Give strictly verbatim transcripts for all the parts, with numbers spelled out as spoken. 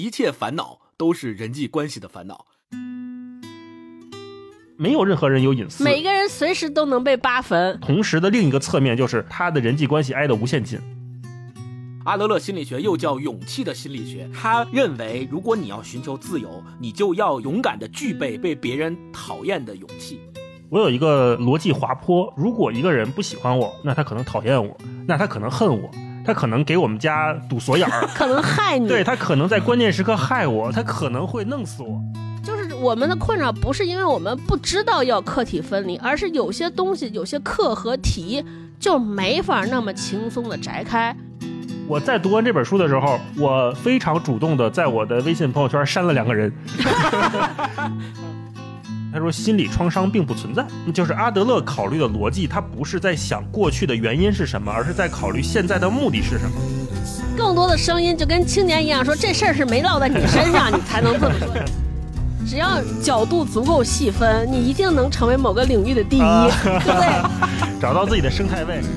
一切烦恼都是人际关系的烦恼。 没有任何人有隐私， 每个人随时都能被扒坟。 同时的另一个侧面就是他的人际关系挨得无限紧。 阿德勒心理学又叫勇气的心理学，他认为如果你要寻求自由，你就要勇敢地具备被别人讨厌的勇气。 我有一个逻辑滑坡，如果一个人不喜欢我，那他可能讨厌我，那他可能恨我，他可能给我们家堵锁眼儿， 可能害你， 对，他可能在关键时刻害我，他可能会弄死我。 就是我们的困扰不是因为我们不知道要课题分离，而是有些东西有些课和题就没法那么轻松的摘开。 我在读完这本书的时候，我非常主动的在我的微信朋友圈删了两个人。他说心理创伤并不存在，就是阿德勒考虑的逻辑，他不是在想过去的原因是什么，而是在考虑现在的目的是什么。 更多的声音就跟青年一样说，这事儿是没落在你身上，你才能这么说。只要角度足够细分，你一定能成为某个领域的第一，啊、对不对？ 找到自己的生态位。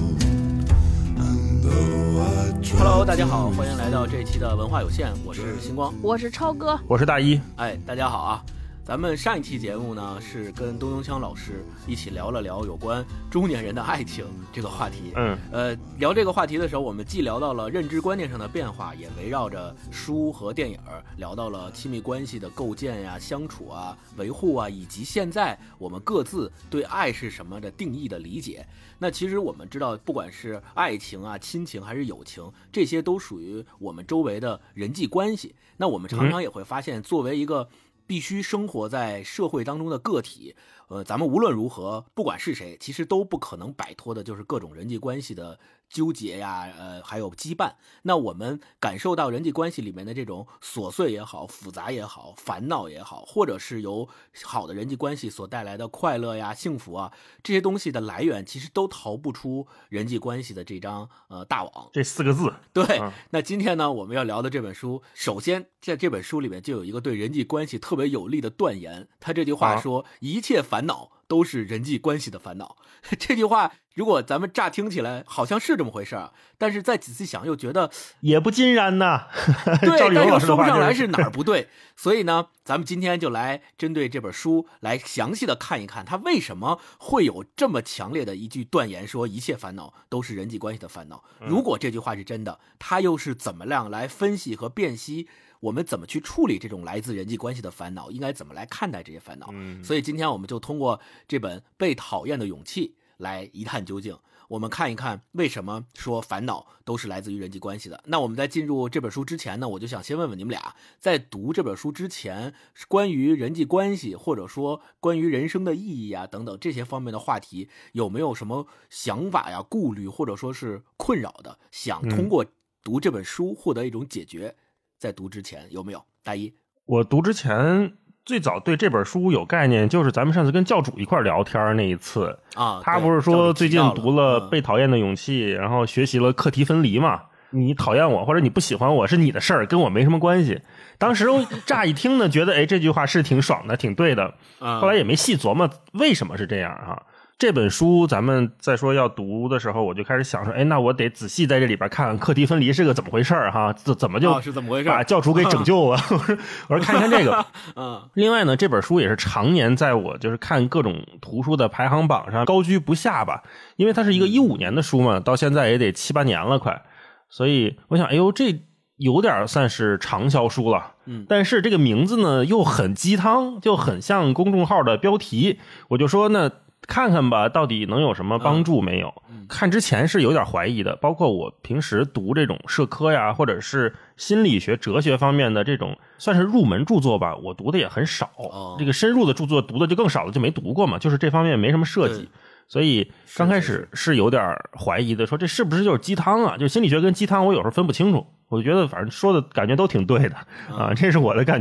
Hello， 大家好，欢迎来到这一期的文化有限，我是星光， 我是超哥， 我是大一。 哎，大家好啊！咱们上一期节目呢，是跟东东锵老师一起聊了聊有关中年人的爱情这个话题。 嗯， 呃，聊这个话题的时候，我们既聊到了认知观念上的变化，也围绕着书和电影聊到了亲密关系的构建呀、相处啊、维护啊，以及现在我们各自对爱是什么的定义的理解。那其实我们知道，不管是爱情啊、亲情还是友情，这些都属于我们周围的人际关系。那我们常常也会发现，作为一个必须生活在社会当中的个体，呃，咱们无论如何，不管是谁，其实都不可能摆脱的就是各种人际关系的纠结呀，呃，还有羁绊。那我们感受到人际关系里面的这种琐碎也好、复杂也好、烦恼也好，或者是由好的人际关系所带来的快乐呀、幸福啊，这些东西的来源，其实都逃不出人际关系的这张呃大网。 这四个字。 对、嗯。那今天呢，我们要聊的这本书，首先在这本书里面就有一个对人际关系特别有力的断言。他这句话说：“啊、一切烦恼都是人际关系的烦恼。”这句话如果咱们乍听起来好像是这么回事儿，但是再仔细想又觉得也不尽然呐。 对，但又说不上来是哪儿不对。所以呢，咱们今天就来针对这本书来详细的看一看，它为什么会有这么强烈的一句断言，说一切烦恼都是人际关系的烦恼。如果这句话是真的，它又是怎么样来分析和辨析？我们怎么去处理这种来自人际关系的烦恼？应该怎么来看待这些烦恼？嗯，所以今天我们就通过这本《被讨厌的勇气》来一探究竟。我们看一看为什么说烦恼都是来自于人际关系的。那我们在进入这本书之前呢，我就想先问问你们俩，在读这本书之前，关于人际关系或者说关于人生的意义啊等等这些方面的话题，有没有什么想法呀、顾虑或者说是困扰的，想通过读这本书获得一种解决？嗯，在读之前有没有？大一， 我读之前最早对这本书有概念，就是咱们上次跟教主一块聊天那一次啊， 他不是说最近读了《被讨厌的勇气》，嗯，然后学习了课题分离嘛？你讨厌我或者你不喜欢我是你的事儿，跟我没什么关系。当时乍一听呢，觉得哎这句话是挺爽的，挺对的。后来也没细琢磨为什么是这样啊。这本书咱们在说要读的时候，我就开始想说，哎，那我得仔细在这里边看看课题分离是个怎么回事哈，怎么就把教主给拯救了？我说，我说看一看这个。嗯。另外呢，这本书也是常年在我就是看各种图书的排行榜上高居不下吧，因为它是一个一五年的书嘛，到现在也得七八年了快，所以我想，哎呦，这有点算是畅销书了。嗯。但是这个名字呢又很鸡汤，就很像公众号的标题，我就说那。看看吧，到底能有什么帮助没有？嗯、看之前是有点怀疑的，包括我平时读这种社科呀，或者是心理学、哲学方面的这种算是入门著作吧，我读的也很少。哦、这个深入的著作读的就更少了，就没读过嘛，就是这方面没什么涉及。所以刚开始是有点怀疑的，说这是不是就是鸡汤啊？就心理学跟鸡汤我有时候分不清楚，我觉得反正说的感觉都挺对的啊，这是我的感觉。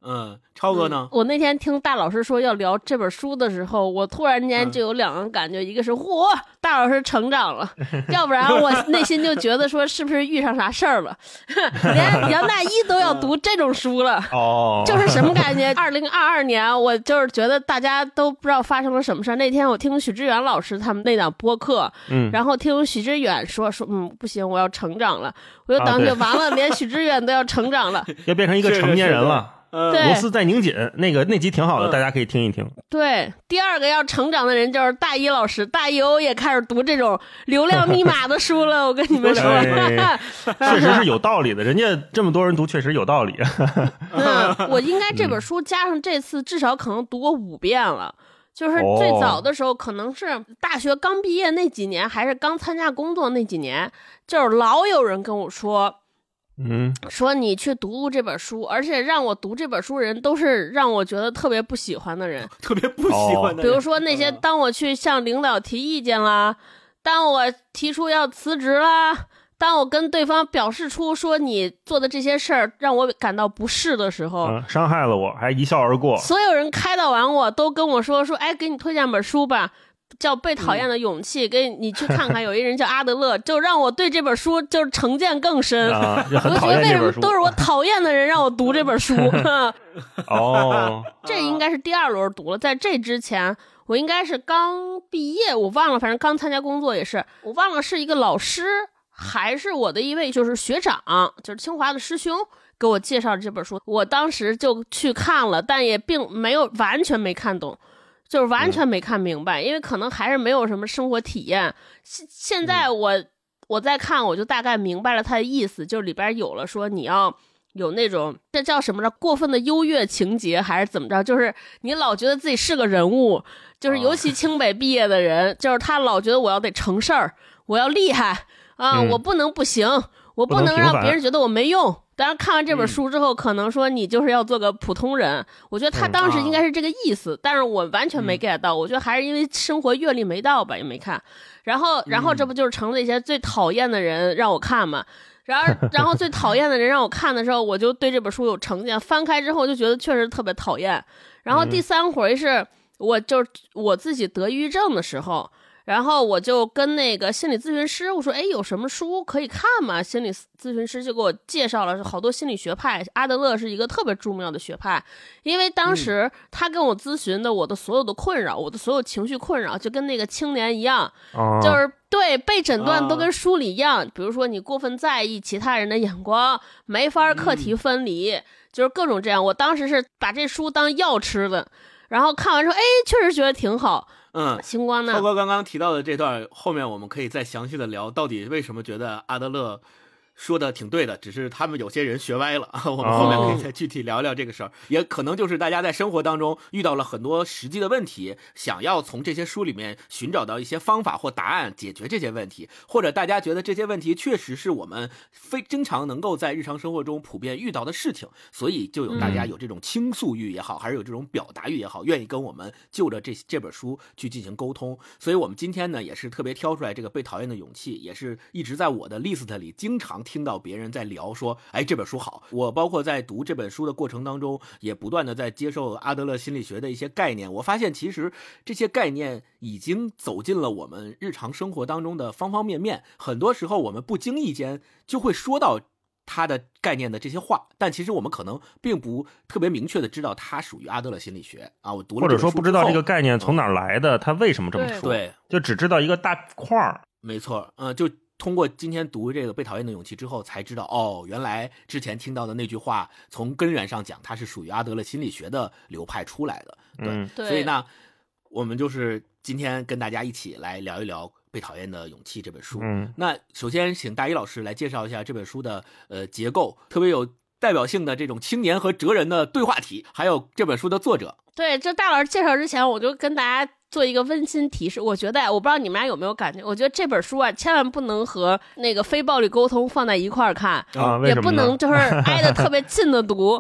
嗯，超哥呢、 嗯？我那天听大老师说要聊这本书的时候，我突然间就有两个感觉，嗯、一个是嚯，大老师成长了，要不然我内心就觉得说是不是遇上啥事儿了，连杨大一都要读这种书了， 哦， 就是什么感觉？二零二二年，我就是觉得大家都不知道发生了什么事儿。那天我听许知远老师他们那档播客，嗯，然后听许知远说说，嗯，不行，我要成长了，我就当就完了，连许知远都要成长了， 要变成一个成年人了。 对， 螺丝在拧紧，那个那集挺好的、嗯，大家可以听一听。 对，第二个要成长的人就是大一老师，大一欧也开始读这种流量密码的书了。我跟你们说， 哎、确实是有道理的，人家这么多人读，确实有道理。 嗯，我应该这本书加上这次，至少可能读过五遍了。就是最早的时候，可能是大学刚毕业那几年，还是刚参加工作那几年，就是老有人跟我说。 嗯， 说你去读读这本书，而且让我读这本书人都是让我觉得特别不喜欢的人， 特别不喜欢的人。 比如说那些当我去向领导提意见啦，当我提出要辞职啦，当我跟对方表示出说你做的这些事儿让我感到不适的时候， 嗯，伤害了我，还一笑而过。 所有人开导完我都跟我说说，哎，给你推荐本书吧。叫被讨厌的勇气、嗯、给你去看看，有一人叫阿德勒，就让我对这本书就是成见更深、 啊、我就觉得为什么都是我讨厌的人让我读这本书哦， 这应该是第二轮读了，在这之前我应该是刚毕业，我忘了，反正刚参加工作也是，我忘了是一个老师还是我的一位就是学长，就是清华的师兄给我介绍这本书，我当时就去看了，但也并没有完全没看懂，就是完全没看明白、嗯、因为可能还是没有什么生活体验。现在我、嗯、我再看我就大概明白了它的意思，就是里边有了说你要有那种这叫什么着过分的优越情节还是怎么着，就是你老觉得自己是个人物，就是尤其清北毕业的人、哦、就是他老觉得我要得成事儿，我要厉害啊、嗯，我不能不行，我不能让别人觉得我没用。当然看完这本书之后、嗯、可能说你就是要做个普通人，我觉得他当时应该是这个意思、嗯啊、但是我完全没 get 到、嗯、我觉得还是因为生活阅历没到吧，也没看。然后然后这不就是成了一些最讨厌的人让我看嘛，然后然后最讨厌的人让我看的时候，我就对这本书有成见，翻开之后就觉得确实特别讨厌。然后第三回是我就我自己得抑郁症的时候，然后我就跟那个心理咨询师我说，哎，有什么书可以看吗？心理咨询师就给我介绍了好多心理学派，阿德勒是一个特别重要的学派，因为当时他跟我咨询的我的所有的困扰、嗯、我的所有情绪困扰就跟那个青年一样、哦、就是对被诊断都跟书里一样、哦、比如说你过分在意其他人的眼光，没法课题分离、嗯、就是各种这样。我当时是把这书当药吃的，然后看完之后，哎，确实觉得挺好。 嗯， 星光呢？ 超哥刚刚提到的这段，后面我们可以再详细的聊，到底为什么觉得阿德勒说的挺对的，只是他们有些人学歪了，我们后面可以再具体聊聊这个事儿、哦、也可能就是大家在生活当中遇到了很多实际的问题，想要从这些书里面寻找到一些方法或答案解决这些问题，或者大家觉得这些问题确实是我们非经常能够在日常生活中普遍遇到的事情，所以就有大家有这种倾诉欲也好、嗯、还是有这种表达欲也好，愿意跟我们就着这这本书去进行沟通。所以我们今天呢也是特别挑出来这个被讨厌的勇气，也是一直在我的 list 里经常听到别人在聊说，哎，这本书好。我包括在读这本书的过程当中，也不断的在接受阿德勒心理学的一些概念，我发现其实这些概念已经走进了我们日常生活当中的方方面面，很多时候我们不经意间就会说到他的概念的这些话，但其实我们可能并不特别明确的知道它属于阿德勒心理学啊。我读了，或者说不知道这个概念从哪儿来的，他、嗯、为什么这么说？ 对， 就只知道一个大块儿。 没错，嗯、呃，就通过今天读这个被讨厌的勇气之后才知道，哦，原来之前听到的那句话从根源上讲它是属于阿德勒心理学的流派出来的。对， 嗯、 对， 所以呢我们就是今天跟大家一起来聊一聊被讨厌的勇气这本书。 嗯， 那首先请大一老师来介绍一下这本书的呃结构，特别有代表性的这种青年和哲人的对话体，还有这本书的作者。 对，这大老师介绍之前我就跟大家做一个温馨提示，我觉得我不知道你们俩有没有感觉，我觉得这本书啊千万不能和那个非暴力沟通放在一块儿看、 啊、 也不能就是挨得特别近的读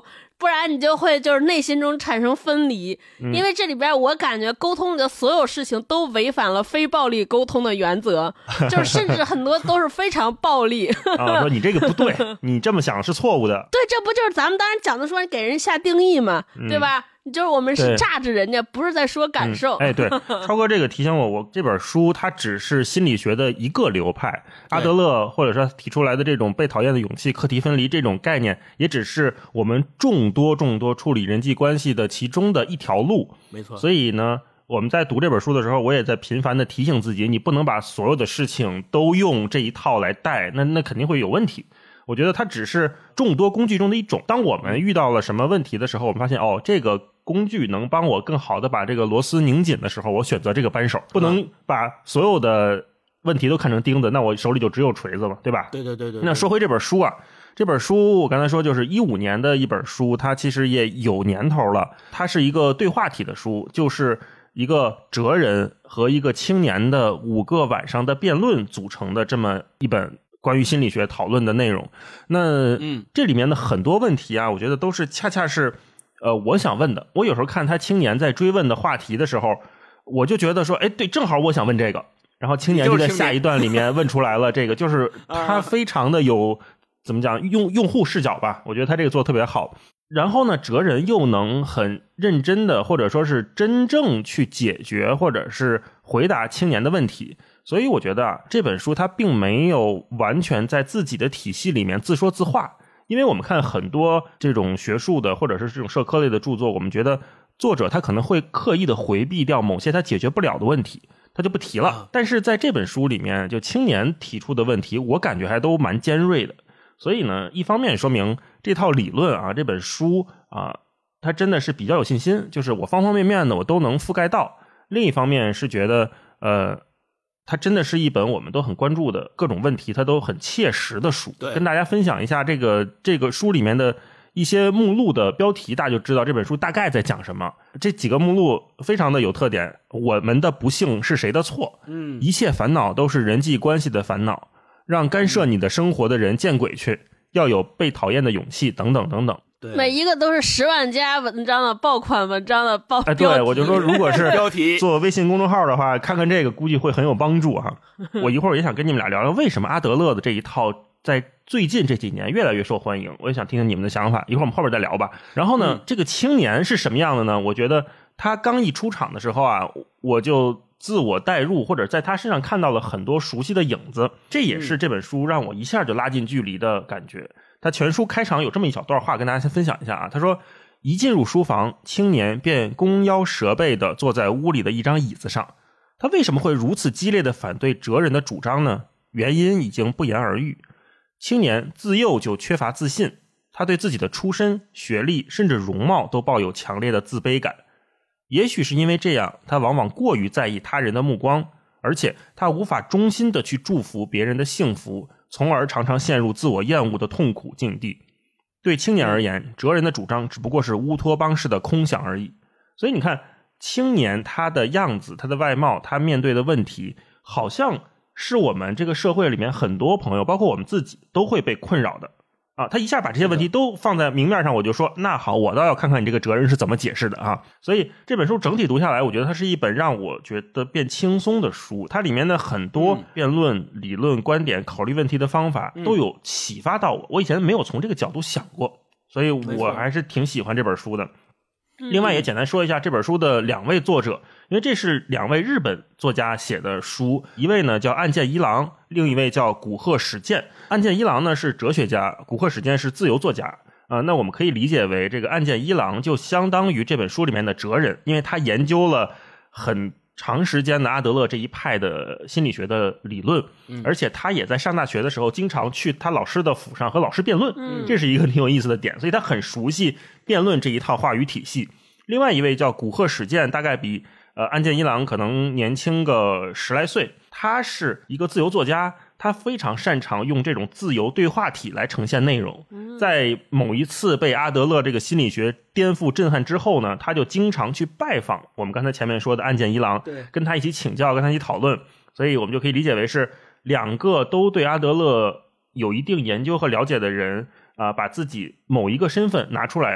不然你就会就是内心中产生分离， 嗯、 因为这里边我感觉沟通的所有事情都违反了非暴力沟通的原则，就是甚至很多都是非常暴力。 啊，说你这个不对，你这么想是错误的。 对，这不就是咱们当时讲的说给人下定义嘛，嗯、对吧？就是我们是榨着人家，不是在说感受。 嗯、哎，对，超哥这个提醒我，我这本书它只是心理学的一个流派，阿德勒或者说提出来的这种被讨厌的勇气、课题分离这种概念，也只是我们众多众多处理人际关系的其中的一条路。 没错。 所以呢，我们在读这本书的时候，我也在频繁的提醒自己，你不能把所有的事情都用这一套来带，那那肯定会有问题。我觉得它只是众多工具中的一种。当我们遇到了什么问题的时候，我们发现哦，这个工具能帮我更好的把这个螺丝拧紧的时候，我选择这个扳手，不能把所有的问题都看成钉子，那我手里就只有锤子嘛，对吧？ 对对对 对, 对。 那说回这本书啊，这本书我刚才说就是一五年的一本书，它其实也有年头了。它是一个对话体的书，就是一个哲人和一个青年的五个晚上的辩论组成的这么一本关于心理学讨论的内容。那嗯， 这里面的很多问题啊，我觉得都是恰恰是呃我想问的。我有时候看他青年在追问的话题的时候，我就觉得说，哎，对，正好我想问这个。然后青年就在下一段里面问出来了这个，就是他非常的有怎么讲用用户视角吧，我觉得他这个做得特别好。然后呢，哲人又能很认真的或者说是真正去解决或者是回答青年的问题。所以我觉得啊，这本书它并没有完全在自己的体系里面自说自话。因为我们看很多这种学术的或者是这种社科类的著作，我们觉得作者他可能会刻意的回避掉某些他解决不了的问题，他就不提了。但是在这本书里面，就青年提出的问题，我感觉还都蛮尖锐的。所以呢，一方面说明这套理论啊，这本书啊，它真的是比较有信心，就是我方方面面的我都能覆盖到。另一方面是觉得，呃，它真的是一本我们都很关注的各种问题，它都很切实的书。跟大家分享一下这个这个书里面的一些目录的标题，大家就知道这本书大概在讲什么。这几个目录非常的有特点，我们的不幸是谁的错？ 嗯， 一切烦恼都是人际关系的烦恼，让干涉你的生活的人见鬼去，要有被讨厌的勇气，等等等等。 每一个都是十万加文章的爆款文章的爆哎，对，我就说如果是标题做微信公众号的话，看看这个估计会很有帮助哈。我一会儿也想跟你们俩聊聊为什么阿德勒的这一套在最近这几年越来越受欢迎，我也想听听你们的想法，一会儿我们后边再聊吧。然后呢、嗯、这个青年是什么样的呢？我觉得他刚一出场的时候啊，我就自我代入，或者在他身上看到了很多熟悉的影子，这也是这本书让我一下就拉近距离的感觉。他全书开场有这么一小段话跟大家先分享一下啊，他说，一进入书房，青年便弓腰蛇背地坐在屋里的一张椅子上。他为什么会如此激烈地反对哲人的主张呢？原因已经不言而喻。青年自幼就缺乏自信，他对自己的出身、学历甚至容貌都抱有强烈的自卑感。也许是因为这样，他往往过于在意他人的目光，而且他无法衷心地去祝福别人的幸福，从而常常陷入自我厌恶的痛苦境地。对青年而言，哲人的主张只不过是乌托邦式的空想而已。所以你看，青年他的样子，他的外貌，他面对的问题，好像是我们这个社会里面很多朋友，包括我们自己，都会被困扰的啊。他一下把这些问题都放在明面上，我就说，那好，我倒要看看你这个哲人是怎么解释的啊。所以这本书整体读下来，我觉得它是一本让我觉得变轻松的书。它里面的很多辩论、理论、观点、考虑问题的方法都有启发到我，我以前没有从这个角度想过，所以我还是挺喜欢这本书的。另外也简单说一下这本书的两位作者，因为这是两位日本作家写的书，一位呢叫岸见一郎，另一位叫古贺史健。岸见一郎呢是哲学家，古贺史健是自由作家。呃，那我们可以理解为这个岸见一郎就相当于这本书里面的哲人，因为他研究了很长时间的阿德勒这一派的心理学的理论，而且他也在上大学的时候经常去他老师的府上和老师辩论，这是一个挺有意思的点，所以他很熟悉辩论这一套话语体系。另外一位叫古贺史健，大概比呃岸见一郎可能年轻个十来岁，他是一个自由作家，他非常擅长用这种自由对话体来呈现内容。在某一次被阿德勒这个心理学颠覆震撼之后呢，他就经常去拜访我们刚才前面说的岸见一郎，跟他一起请教，跟他一起讨论。所以我们就可以理解为是两个都对阿德勒有一定研究和了解的人啊、呃，把自己某一个身份拿出来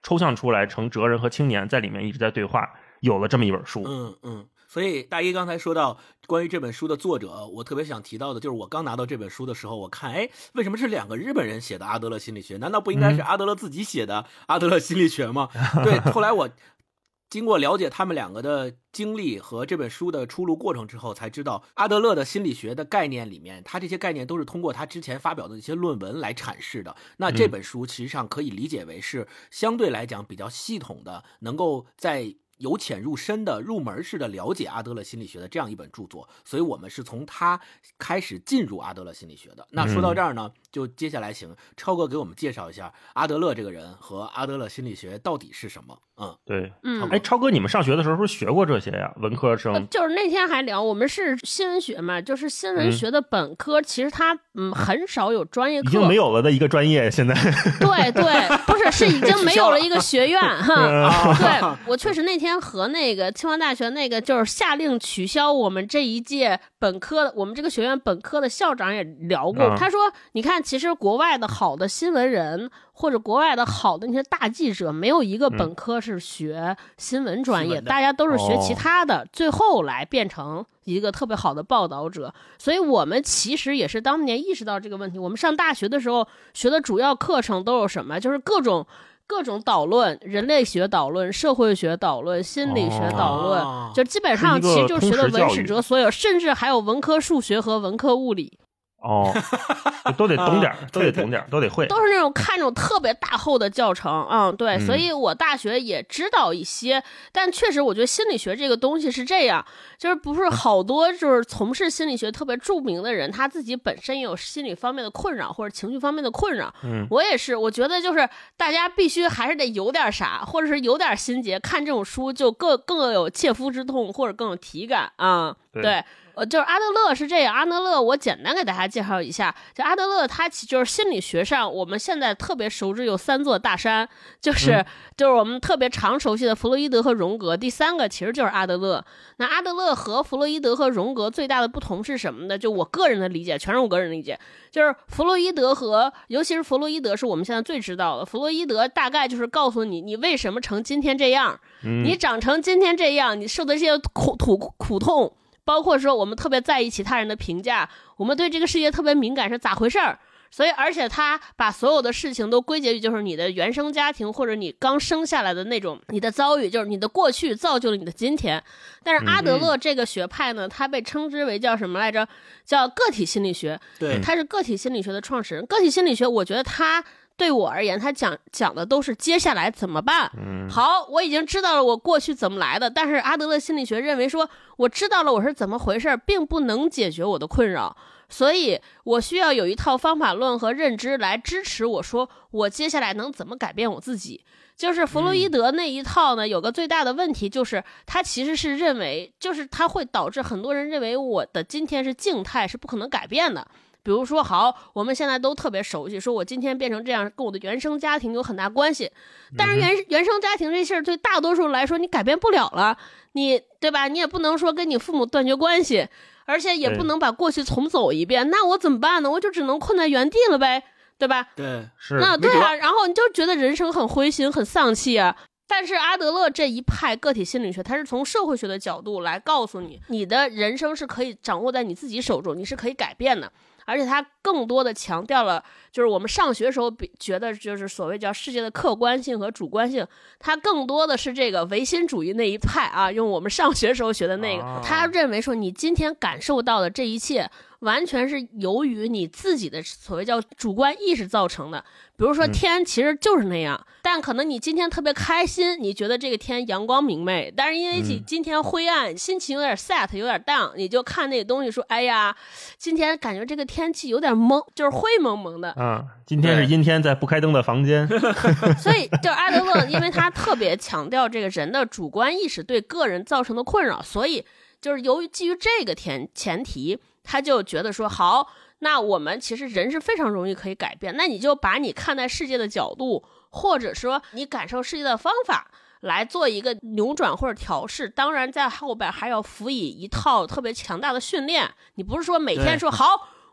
抽象出来成哲人和青年在里面一直在对话，有了这么一本书。 嗯嗯。所以大一刚才说到关于这本书的作者，我特别想提到的就是我刚拿到这本书的时候，我看哎，为什么是两个日本人写的阿德勒心理学？难道不应该是阿德勒自己写的阿德勒心理学吗？嗯、对，后来我经过了解他们两个的经历和这本书的出路过程之后，才知道阿德勒的心理学的概念里面，他这些概念都是通过他之前发表的一些论文来阐释的。那这本书实际上可以理解为是相对来讲比较系统的，能够在由浅入深的入门式的了解阿德勒心理学的这样一本著作，所以我们是从他开始进入阿德勒心理学的。那说到这儿呢，就接下来请超哥给我们介绍一下阿德勒这个人和阿德勒心理学到底是什么。嗯， 对，嗯，哎，超哥，你们上学的时候是学过这些呀？文科生？ 就是那天还聊，我们是新闻学嘛，就是新闻学的本科，嗯、其实它嗯很少有专业课， 已经没有了的一个专业，现在。 对对，不是，是已经没有了一个学院哈。对，我确实那天和那个清华大学那个就是下令取消我们这一届本科，我们这个学院本科的校长也聊过，嗯、他说，你看，其实国外的好的新闻人。或者国外的好的那些大记者，没有一个本科是学新闻专业，嗯、大家都是学其他的，哦、最后来变成一个特别好的报道者。所以我们其实也是当年意识到这个问题。我们上大学的时候学的主要课程都有什么？就是各种各种导论，人类学导论、社会学导论、心理学导论，哦、就基本上其实就学的文史哲所有，甚至还有文科数学和文科物理。 哦，都得懂点儿，都得懂点儿，都得会， 都是那种看那种特别大厚的教程，嗯，对，所以我大学也知道一些，嗯、但确实我觉得心理学这个东西是这样，就是不是好多就是从事心理学特别著名的人，他自己本身也有心理方面的困扰或者情绪方面的困扰，嗯，我也是，我觉得就是大家必须还是得有点啥，或者是有点心结，看这种书就更更有切肤之痛，或者更有体感啊，嗯，对。呃，就是阿德勒是这样，阿德勒我简单给大家介绍一下，就阿德勒他其就是心理学上我们现在特别熟知有三座大山，就是、嗯、就是我们特别常熟悉的弗洛伊德和荣格，第三个其实就是阿德勒。那阿德勒和弗洛伊德和荣格最大的不同是什么呢？就我个人的理解，全是我个人理解，就是弗洛伊德和尤其是弗洛伊德是我们现在最知道的，弗洛伊德大概就是告诉你你为什么成今天这样，嗯、你长成今天这样，你受的这些苦苦苦痛。包括说我们特别在意其他人的评价，我们对这个世界特别敏感是咋回事儿？所以而且他把所有的事情都归结于就是你的原生家庭或者你刚生下来的那种你的遭遇，就是你的过去造就了你的今天。但是阿德勒这个学派呢，他被称之为叫什么来着？叫个体心理学。 对， 他是个体心理学的创始人。个体心理学我觉得他对我而言，他讲讲的都是接下来怎么办。嗯，好，我已经知道了我过去怎么来的，但是阿德勒心理学认为说，我知道了我是怎么回事，并不能解决我的困扰，所以我需要有一套方法论和认知来支持我说，我接下来能怎么改变我自己。就是弗洛伊德那一套呢，有个最大的问题就是他其实是认为，就是他会导致很多人认为我的今天是静态，是不可能改变的。比如说，好，我们现在都特别熟悉，说我今天变成这样，跟我的原生家庭有很大关系。但是原原生家庭这事儿，对大多数来说，你改变不了了，你对吧？你也不能说跟你父母断绝关系，而且也不能把过去重走一遍。那我怎么办呢？我就只能困在原地了呗，对吧？ 对， 是。 那对啊，然后你就觉得人生很灰心、很丧气啊。但是阿德勒这一派个体心理学，它是从社会学的角度来告诉你，你的人生是可以掌握在你自己手中，你是可以改变的。而且他更多的强调了，就是我们上学时候觉得就是所谓叫世界的客观性和主观性，他更多的是这个唯心主义那一派啊，用我们上学时候学的那个，啊、他认为说你今天感受到的这一切，完全是由于你自己的所谓叫主观意识造成的。比如说天其实就是那样、嗯、但可能你今天特别开心，你觉得这个天阳光明媚，但是因为你今天灰暗、嗯、心情有点 sad 有点 down， 你就看那个东西说，哎呀今天感觉这个天气有点蒙，就是灰蒙蒙的啊，今天是阴天，在不开灯的房间所以就是阿德勒因为他特别强调这个人的主观意识对个人造成的困扰，所以就是由于基于这个前前提，他就觉得说，好，那我们其实人是非常容易可以改变，那你就把你看待世界的角度，或者说你感受世界的方法来做一个扭转或者调试，当然在后边还要辅以一套特别强大的训练。你不是说每天说好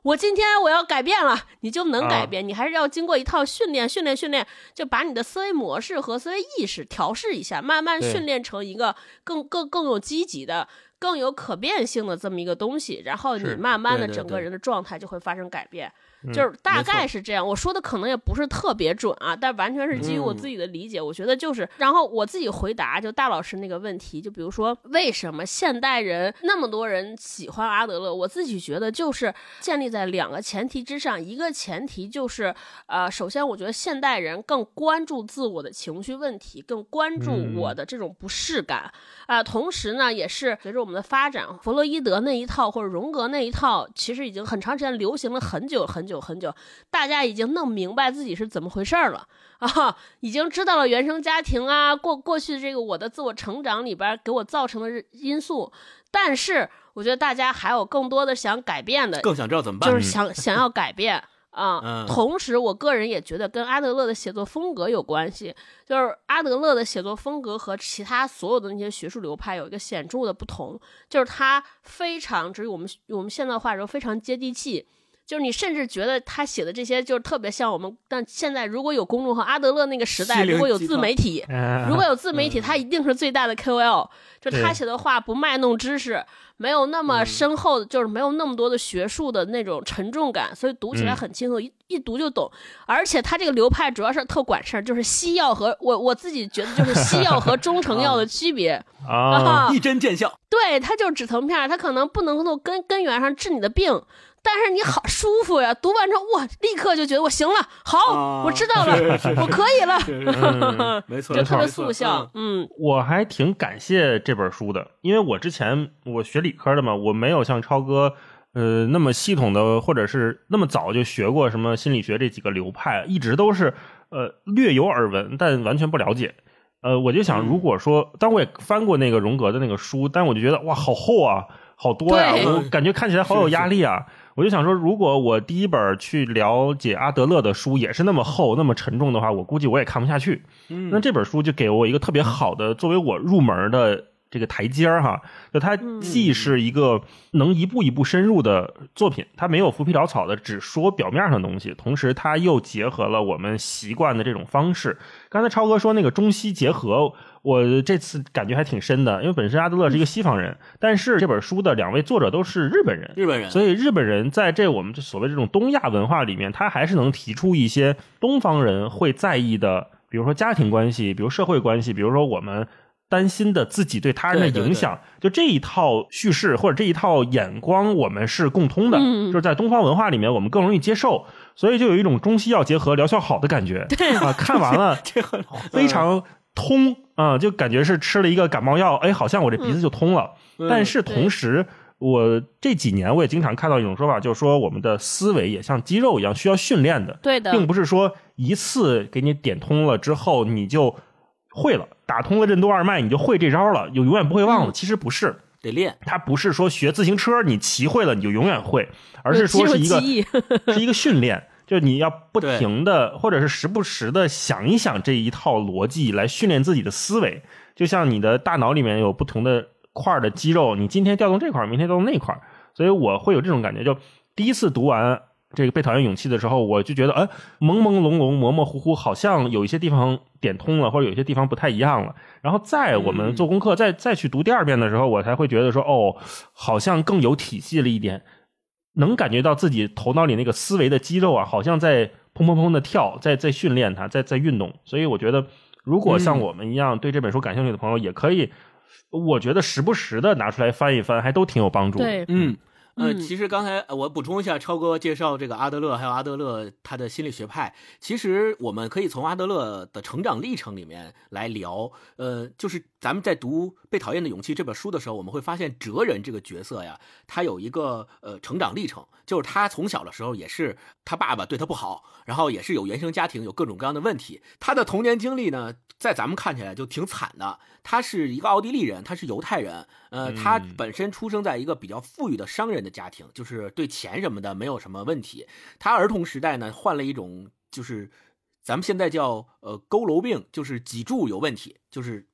我今天我要改变了，你就能改变、啊、你还是要经过一套训练训练训练，就把你的思维模式和思维意识调试一下，慢慢训练成一个更更更有积极的更有可变性的这么一个东西，然后你慢慢的整个人的状态就会发生改变。就是大概是这样、嗯、我说的可能也不是特别准啊，但完全是基于我自己的理解、嗯、我觉得就是，然后我自己回答就大老师那个问题，就比如说为什么现代人那么多人喜欢阿德勒，我自己觉得就是建立在两个前提之上，一个前提就是呃，首先我觉得现代人更关注自我的情绪问题，更关注我的这种不适感啊、嗯呃，同时呢也是随着我们的发展，弗洛伊德那一套或者荣格那一套其实已经很长时间流行了很久很久很久，大家已经弄明白自己是怎么回事了啊，已经知道了原生家庭啊，过过去这个我的自我成长里边给我造成的因素，但是我觉得大家还有更多的想改变的， 更想知道怎么办， 就是想想要改变啊、 嗯。 同时我个人也觉得跟阿德勒的写作风格有关系，就是阿德勒的写作风格和其他所有的那些学术流派有一个显著的不同，就是他非常，至于我们我们现在话说非常接地气，就是你甚至觉得他写的这些就是特别像我们，但现在如果有公众号，阿德勒那个时代如果有自媒体，如果有自媒体，他一定是最大的 K O L， 就他写的话不卖弄知识，没有那么深厚的，就是没有那么多的学术的那种沉重感，所以读起来很轻松，一一读就懂。而且他这个流派主要是特管事儿，就是西药和我我自己觉得就是西药和中成药的区别啊，一针见效。 对，他就是止疼片，他可能不能够根根源上治你的病。但是你好舒服呀，读完之后哇，立刻就觉得我行了，好、啊、我知道了，我可以了， 嗯、没错， 就特别速效。嗯， 我还挺感谢这本书的，因为我之前我学理科的嘛，我没有像超哥呃那么系统的，或者是那么早就学过什么心理学这几个流派，一直都是呃略有耳闻，但完全不了解。呃，我就想，如果说，当我也翻过那个荣格的那个书，但我就觉得哇，好厚啊，好多呀，我感觉看起来好有压力啊。我就想说，如果我第一本去了解阿德勒的书也是那么厚、那么沉重的话，我估计我也看不下去。嗯，那这本书就给我一个特别好的作为我入门的这个台阶哈，就它既是一个能一步一步深入的作品，它没有浮皮潦草的只说表面上的东西，同时它又结合了我们习惯的这种方式。刚才超哥说那个中西结合，我这次感觉还挺深的，因为本身阿德勒是一个西方人，但是这本书的两位作者都是日本人， 日本人， 所以日本人在这我们所谓这种东亚文化里面，他还是能提出一些东方人会在意的，比如说家庭关系，比如社会关系，比如说我们担心的自己对他人的影响，对对对，就这一套叙事或者这一套眼光我们是共通的、嗯、就是在东方文化里面我们更容易接受，所以就有一种中西药结合疗效好的感觉啊，看完了非常通啊、嗯，就感觉是吃了一个感冒药，哎，好像我这鼻子就通了、嗯、但是同时我这几年我也经常看到一种说法，就是说我们的思维也像肌肉一样需要训练的， 对的， 并不是说一次给你点通了之后你就会了，打通了任督二脉你就会这招了，就永远不会忘了、嗯、其实不是， 得练。 它不是说学自行车你骑会了你就永远会，而是说是一个是一个训练，就是你要不停的或者是时不时的想一想这一套逻辑来训练自己的思维，就像你的大脑里面有不同的块的肌肉，你今天调动这块明天调动那块，所以我会有这种感觉，就第一次读完这个被讨厌勇气的时候，我就觉得哎，朦朦胧胧模模糊糊，好像有一些地方点通了，或者有一些地方不太一样了，然后再我们做功课、嗯、再再去读第二遍的时候，我才会觉得说哦，好像更有体系了一点，能感觉到自己头脑里那个思维的肌肉啊，好像在砰砰砰的跳，在在训练它，在在运动。所以我觉得如果像我们一样对这本书感兴趣的朋友、嗯、也可以，我觉得时不时的拿出来翻一翻还都挺有帮助的。 对， 嗯呃，其实刚才我补充一下，超哥介绍这个阿德勒，还有阿德勒他的心理学派。其实我们可以从阿德勒的成长历程里面来聊。呃，就是咱们在读《被讨厌的勇气》这本书的时候，我们会发现哲人这个角色呀，他有一个呃成长历程，就是他从小的时候也是他爸爸对他不好，然后也是有原生家庭，有各种各样的问题。他的童年经历呢，在咱们看起来就挺惨的。他是一个奥地利人，他是犹太人，呃，他本身出生在一个比较富裕的商人的家庭，就是对钱什么的没有什么问题。他儿童时代呢，患了一种就是咱们现在叫呃佝偻病，就是脊柱有问题，就是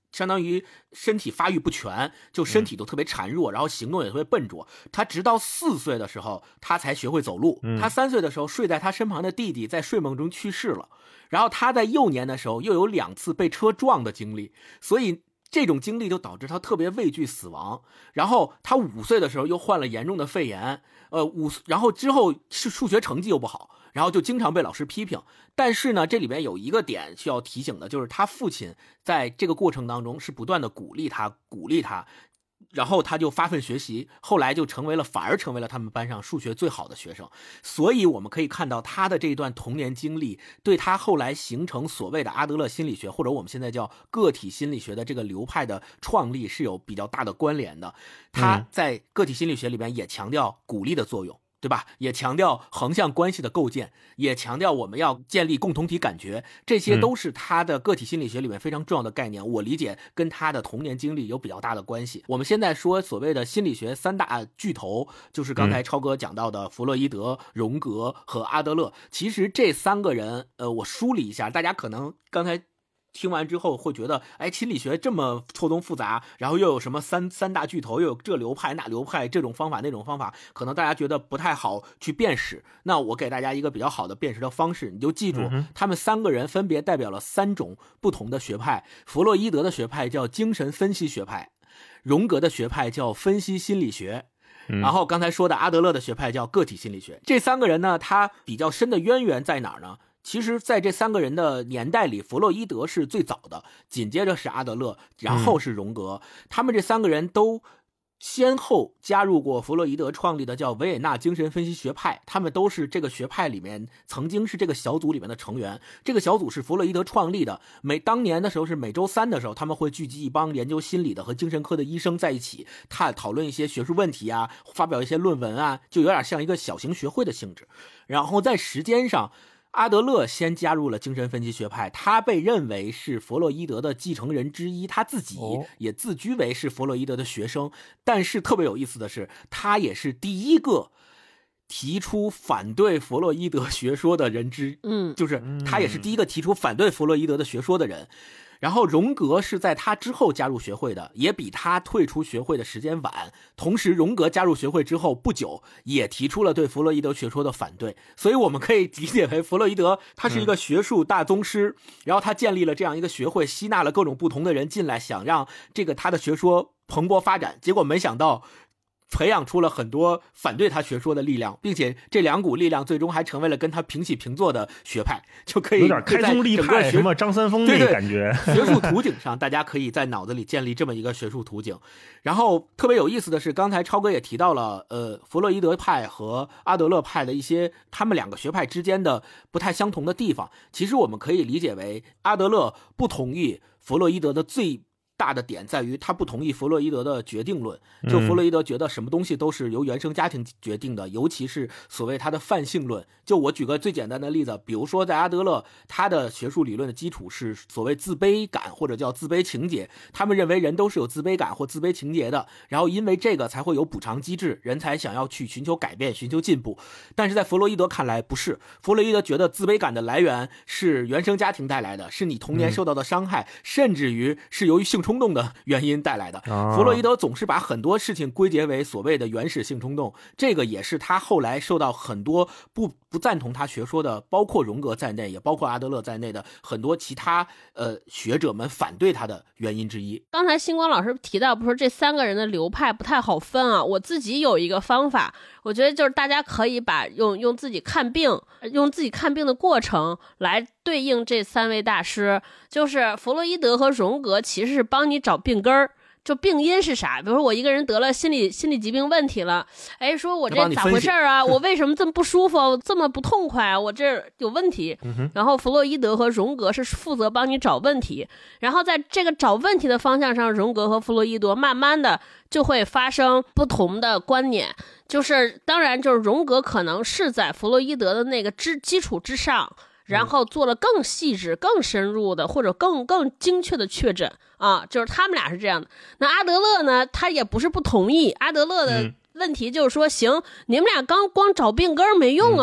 相当于身体发育不全，就身体都特别孱弱，然后行动也特别笨拙。他直到四岁的时候，他才学会走路。他三岁的时候，睡在他身旁的弟弟在睡梦中去世了。然后他在幼年的时候又有两次被车撞的经历，所以这种经历就导致他特别畏惧死亡。然后他五岁的时候又患了严重的肺炎，呃五然后之后是数学成绩又不好，然后就经常被老师批评。但是呢，这里面有一个点需要提醒的，就是他父亲在这个过程当中是不断的鼓励他，鼓励他。然后他就发奋学习，后来就成为了，反而成为了他们班上数学最好的学生。所以我们可以看到他的这段童年经历，对他后来形成所谓的阿德勒心理学，或者我们现在叫个体心理学的这个流派的创立是有比较大的关联的。他在个体心理学里边也强调鼓励的作用，对吧？也强调横向关系的构建，也强调我们要建立共同体感觉，这些都是他的个体心理学里面非常重要的概念。我理解跟他的童年经历有比较大的关系。我们现在说所谓的心理学三大巨头，就是刚才超哥讲到的弗洛伊德、荣格和阿德勒。其实这三个人，呃，我梳理一下，大家可能刚才听完之后会觉得，哎，心理学这么错综复杂，然后又有什么三三大巨头，又有这流派那流派，这种方法那种方法，可能大家觉得不太好去辨识。那我给大家一个比较好的辨识的方式，你就记住，嗯、他们三个人分别代表了三种不同的学派。弗洛伊德的学派叫精神分析学派，荣格的学派叫分析心理学。然后刚才说的阿德勒的学派叫个体心理学。这三个人呢，他比较深的渊源在哪儿呢？其实在这三个人的年代里，弗洛伊德是最早的，紧接着是阿德勒，然后是荣格。他们这三个人都先后加入过弗洛伊德创立的叫维也纳精神分析学派，他们都是这个学派里面曾经是这个小组里面的成员。这个小组是弗洛伊德创立的，每当年的时候是每周三的时候，他们会聚集一帮研究心理的和精神科的医生在一起，他讨论一些学术问题啊，发表一些论文啊，就有点像一个小型学会的性质。然后在时间上，阿德勒先加入了精神分析学派，他被认为是弗洛伊德的继承人之一，他自己也自居为是弗洛伊德的学生。但是特别有意思的是，他也是第一个提出反对弗洛伊德学说的人之，嗯，就是他也是第一个提出反对弗洛伊德的学说的人。然后荣格是在他之后加入学会的，也比他退出学会的时间晚。同时荣格加入学会之后不久，也提出了对弗洛伊德学说的反对。所以我们可以理解为弗洛伊德他是一个学术大宗师，嗯、然后他建立了这样一个学会，吸纳了各种不同的人进来，想让这个他的学说蓬勃发展。结果没想到培养出了很多反对他学说的力量，并且这两股力量最终还成为了跟他平起平坐的学派，就可以有点开宗立派什么张三丰那个感觉。 对对，学术图景上，大家可以在脑子里建立这么一个学术图景。然后特别有意思的是，刚才超哥也提到了，呃，弗洛伊德派和阿德勒派的一些他们两个学派之间的不太相同的地方。其实我们可以理解为，阿德勒不同意弗洛伊德的最大的点在于他不同意弗洛伊德的决定论，就弗洛伊德觉得什么东西都是由原生家庭决定的，尤其是所谓他的泛性论。就我举个最简单的例子，比如说在阿德勒，他的学术理论的基础是所谓自卑感或者叫自卑情节，他们认为人都是有自卑感或自卑情节的，然后因为这个才会有补偿机制，人才想要去寻求改变，寻求进步。但是在弗洛伊德看来不是，弗洛伊德觉得自卑感的来源是原生家庭带来的，是你童年受到的伤害，嗯、甚至于是由于性冲动的原因带来的。哦、弗洛伊德总是把很多事情归结为所谓的原始性冲动，这个也是他后来受到很多不不赞同他学说的，包括荣格在内，也包括阿德勒在内的很多其他呃学者们反对他的原因之一。 刚才星光老师提到，不是这三个人的流派不太好分啊。我自己有一个方法，我觉得就是大家可以把用用自己看病，用自己看病的过程来对应这三位大师。就是弗洛伊德和荣格其实是帮你找病根儿，就病因是啥？比如说我一个人得了心理心理疾病问题了，哎，说我这咋回事啊？我为什么这么不舒服，这么不痛快啊？我这有问题。嗯、然后弗洛伊德和荣格是负责帮你找问题，然后在这个找问题的方向上，荣格和弗洛伊德慢慢的就会发生不同的观念。就是当然就是荣格可能是在弗洛伊德的那个之基础之上，然后做了更细致、更深入的或者更更精确的确诊啊，就是他们俩是这样的。那阿德勒呢，他也不是不同意，阿德勒的问题就是说，行，你们俩刚光找病根没用啊，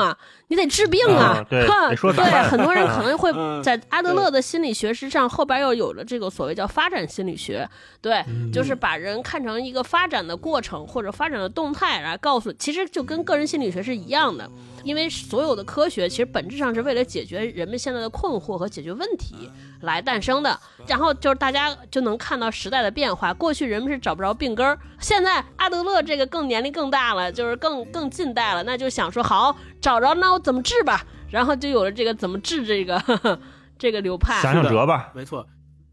你得治病啊。 啊对， 哼， 得说对，很多人可能会嗯在阿德勒的心理学之上，后边又有了这个所谓叫发展心理学，对， 嗯就是把人看成一个发展的过程或者发展的动态来告诉，其实就跟个人心理学是一样的。因为所有的科学其实本质上是为了解决人们现在的困惑和解决问题来诞生的，然后就是大家就能看到时代的变化，过去人们是找不着病根儿，现在阿德勒这个更年龄更大了，就是更更近代了，那就想说好找着那我怎么治吧，然后就有了这个怎么治这个呵呵这个流派， 想想辙吧， 没错。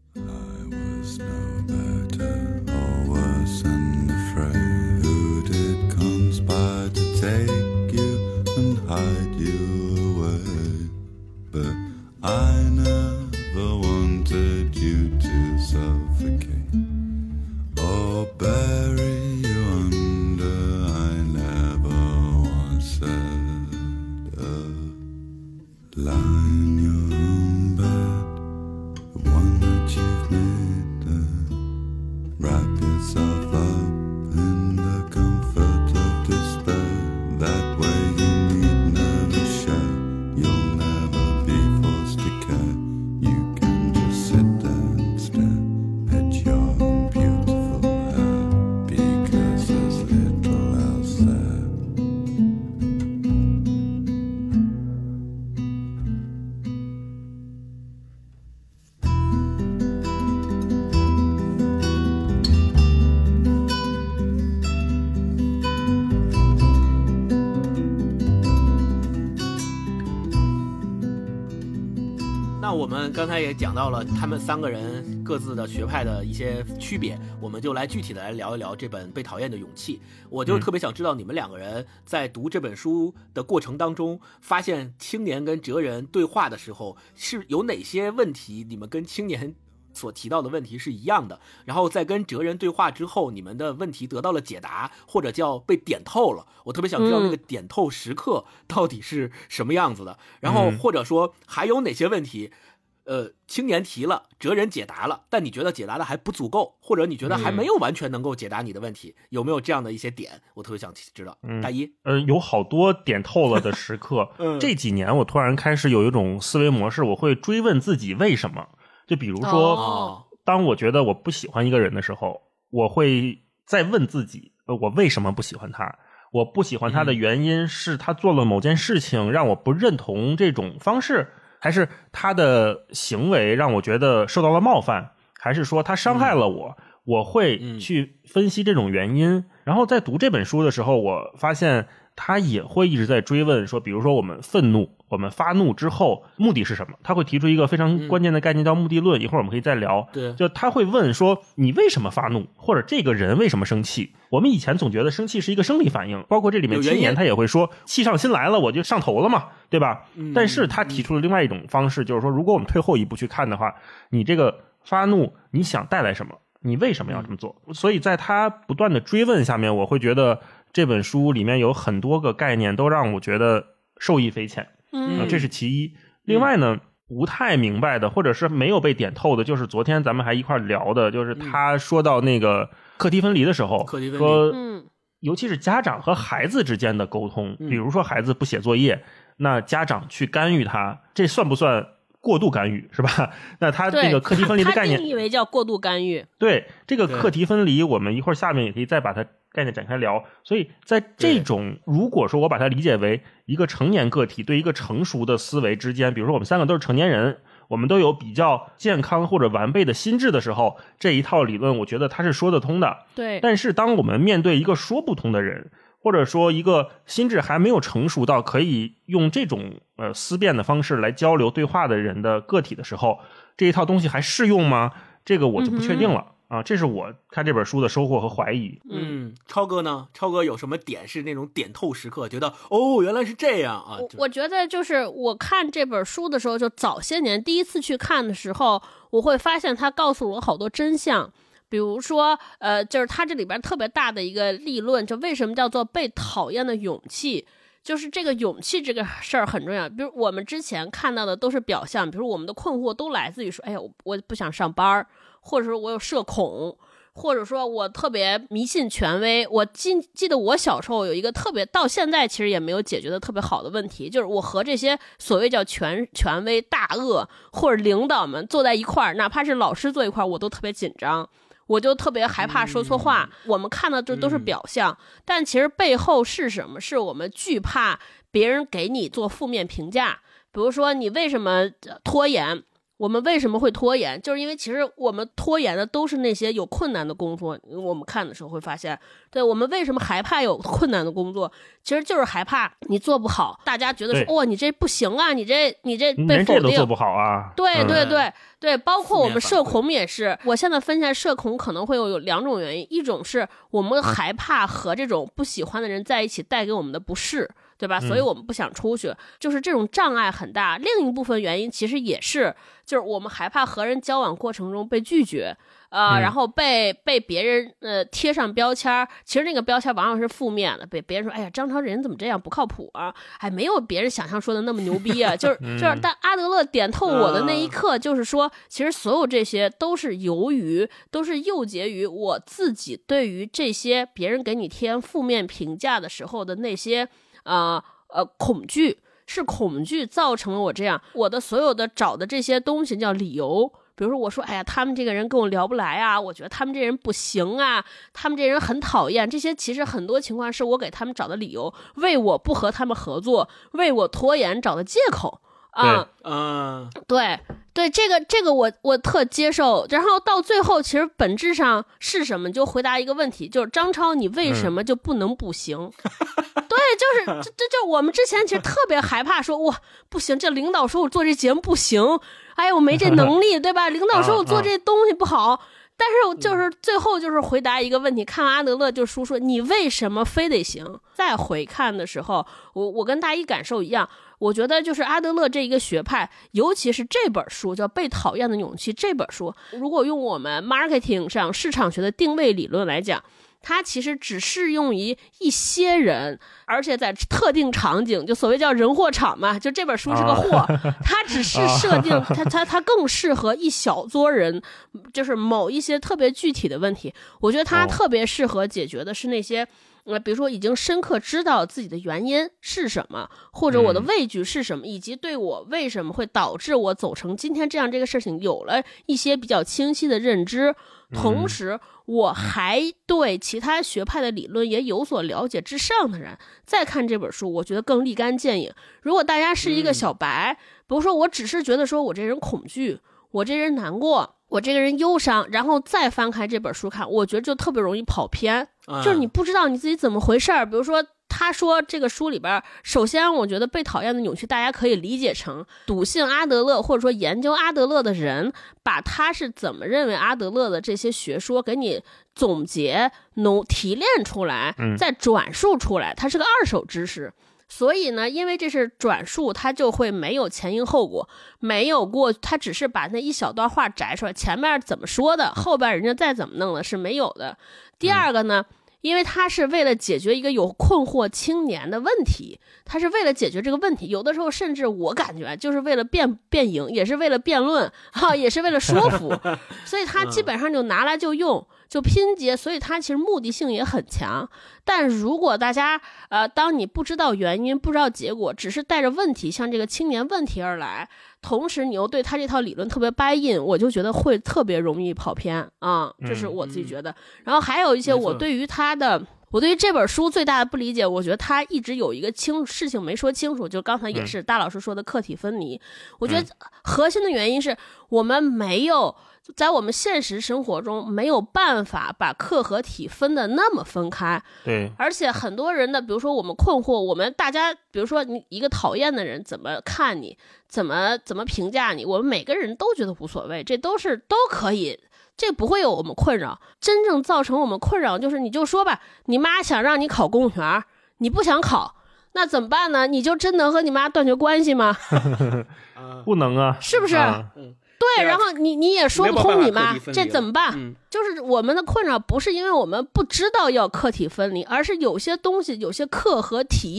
Hide you away, but I never wanted you to suffocate or bury you under. I never once said a lie in your own bed, the one that you've made. Uh, wrap yourself up in the comfort of despair. That way you you'll never be forced to care. You can just sit there and stare at your own beautiful hair, because there's little else there. 那我们刚才也讲到了他们三个人各自的学派的一些区别，我们就来具体的来聊一聊这本《被讨厌的勇气》。我就特别想知道你们两个人在读这本书的过程当中，发现青年跟哲人对话的时候是有哪些问题你们跟青年所提到的问题是一样的，然后在跟哲人对话之后，你们的问题得到了解答，或者叫被点透了。我特别想知道那个点透时刻到底是什么样子的，然后或者说还有哪些问题呃，青年提了，哲人解答了，但你觉得解答的还不足够，或者你觉得还没有完全能够解答你的问题，嗯、有没有这样的一些点？我特别想知道。 嗯、 大一， 呃，有好多点透了的时刻。嗯、这几年我突然开始有一种思维模式，我会追问自己为什么。就比如说， 哦、 当我觉得我不喜欢一个人的时候，我会再问自己，呃，我为什么不喜欢他？我不喜欢他的原因是他做了某件事情让我不认同这种方式。还是他的行为让我觉得受到了冒犯，还是说他伤害了我、嗯、我会去分析这种原因、嗯、然后在读这本书的时候，我发现他也会一直在追问说，比如说我们愤怒，我们发怒之后目的是什么，他会提出一个非常关键的概念叫目的论、嗯、一会儿我们可以再聊。 对， 就他会问说你为什么发怒，或者这个人为什么生气。我们以前总觉得生气是一个生理反应，包括这里面青年他也会说气上心来了我就上头了嘛，对吧、嗯、但是他提出了另外一种方式，就是说如果我们退后一步去看的话，你这个发怒你想带来什么，你为什么要这么做、嗯、所以在他不断的追问下面，我会觉得这本书里面有很多个概念都让我觉得受益匪浅、嗯呃、这是其一。另外呢、嗯、不太明白的或者是没有被点透的，就是昨天咱们还一块聊的，就是他说到那个课题分离的时候， 课题分离说、 嗯、 尤其是家长和孩子之间的沟通、嗯、比如说孩子不写作业，那家长去干预他，这算不算过度干预，是吧？那他那个课题分离的概念， 他定义为叫过度干预。 对，这个课题分离，我们一会儿下面也可以再把它概念展开聊。所以在这种，如果说我把它理解为一个成年个体对一个成熟的思维之间，比如说我们三个都是成年人，我们都有比较健康或者完备的心智的时候，这一套理论我觉得它是说得通的。 对。 但是当我们面对一个说不通的人，或者说一个心智还没有成熟到可以用这种呃思辨的方式来交流对话的人的个体的时候，这一套东西还适用吗？这个我就不确定了、嗯、啊，这是我看这本书的收获和怀疑。 嗯，超哥呢？超哥有什么点是那种点透时刻，觉得哦原来是这样啊？ 我我觉得就是我看这本书的时候，就早些年第一次去看的时候，我会发现他告诉我好多真相。比如说呃，就是他这里边特别大的一个立论，就为什么叫做被讨厌的勇气，就是这个勇气这个事儿很重要。比如我们之前看到的都是表象，比如我们的困惑都来自于说，哎呀，我不想上班，或者说我有社恐， 或者说我特别迷信权威。我记记得我小时候有一个特别到现在其实也没有解决的特别好的问题，就是我和这些所谓叫权权威大鳄或者领导们坐在一块儿，哪怕是老师坐一块儿，我都特别紧张，我就特别害怕说错话。嗯、我们看到这都是表象、嗯，但其实背后是什么？是我们惧怕别人给你做负面评价。比如说你为什么拖延，我们为什么会拖延，就是因为其实我们拖延的都是那些有困难的工作。我们看的时候会发现，对，我们为什么害怕有困难的工作，其实就是害怕你做不好，大家觉得说哇、哦、你这不行啊，你这你这被否定， 这都做不好啊。 对对对、嗯、对，包括我们社恐也是。我现在分析社恐可能会有有两种原因，一种是我们害怕和这种不喜欢的人在一起带给我们的不适，对吧？所以我们不想出去、嗯、就是这种障碍很大。另一部分原因其实也是就是我们害怕和人交往过程中被拒绝呃、嗯，然后被被别人呃贴上标签，其实那个标签往往是负面的，被别人说哎呀张超人怎么这样不靠谱啊，还没有别人想象说的那么牛逼啊。就是就是，但阿德勒点透我的那一刻就是说、嗯、其实所有这些都是由于都是诱结于我自己对于这些别人给你贴负面评价的时候的那些呃呃恐惧，是恐惧造成了我这样，我的所有的找的这些东西叫理由。比如说我说哎呀他们这个人跟我聊不来啊，我觉得他们这人不行啊，他们这人很讨厌，这些其实很多情况是我给他们找的理由，为我不和他们合作，为我拖延找的借口啊。 嗯， 对对，这个这个我我特接受。然后到最后其实本质上是什么，就回答一个问题，就是张超你为什么就不能不行、嗯、对，就是这这就我们之前其实特别害怕说哇不行，这领导说我做这节目不行，哎呀我没这能力对吧，领导说我做这东西不好、啊啊、但是就是最后就是回答一个问题，看完阿德勒就书说你为什么非得行。再回看的时候我我跟大一感受一样，我觉得就是阿德勒这一个学派，尤其是这本书叫《被讨厌的勇气》这本书，如果用我们 marketing 上市场学的定位理论来讲，它其实只适用于一些人，而且在特定场景，就所谓叫人货场嘛，就这本书是个货、啊、它只是设定、啊、它它它更适合一小撮人，就是某一些特别具体的问题。我觉得它特别适合解决的是那些呃，比如说已经深刻知道自己的原因是什么，或者我的畏惧是什么、嗯、以及对我为什么会导致我走成今天这样这个事情有了一些比较清晰的认知，同时我还对其他学派的理论也有所了解之上的人再看这本书，我觉得更立竿见影。如果大家是一个小白、嗯、比如说我只是觉得说我这人恐惧，我这人难过，我这个人忧伤，然后再翻开这本书看，我觉得就特别容易跑偏、嗯、就是你不知道你自己怎么回事儿。比如说他说这个书里边，首先我觉得被讨厌的勇气大家可以理解成笃信阿德勒或者说研究阿德勒的人把他是怎么认为阿德勒的这些学说给你总结浓提炼出来再转述出来，它是个二手知识。所以呢因为这是转述，它就会没有前因后果，没有过它只是把那一小段话摘出来，前面怎么说的后边人家再怎么弄的是没有的。第二个呢、嗯因为他是为了解决一个有困惑青年的问题，他是为了解决这个问题，有的时候甚至我感觉就是为了辩辩赢，也是为了辩论哈，也是为了说服，所以他基本上就拿来就用，就拼接，所以他其实目的性也很强。但如果大家呃，当你不知道原因不知道结果，只是带着问题像这个青年问题而来，同时你又对他这套理论特别 buy in， 我就觉得会特别容易跑偏啊，这是我自己觉得、嗯、然后还有一些我对于他的我对于这本书最大的不理解，我觉得他一直有一个清事情没说清楚，就刚才也是大老师说的客体分离、嗯、我觉得核心的原因是我们没有在我们现实生活中没有办法把客和体分的那么分开。 对， 而且很多人的比如说我们困惑，我们大家比如说你一个讨厌的人怎么看你，怎么怎么评价你，我们每个人都觉得无所谓，这都是都可以，这不会有我们困扰。真正造成我们困扰就是你就说吧，你妈想让你考公务员你不想考，那怎么办呢？你就真能和你妈断绝关系吗？ 不能啊， 是不是、 啊嗯对，然后你你也说不通你妈，这怎么办、嗯、就是我们的困扰不是因为我们不知道要客体分离，而是有些东西有些客和体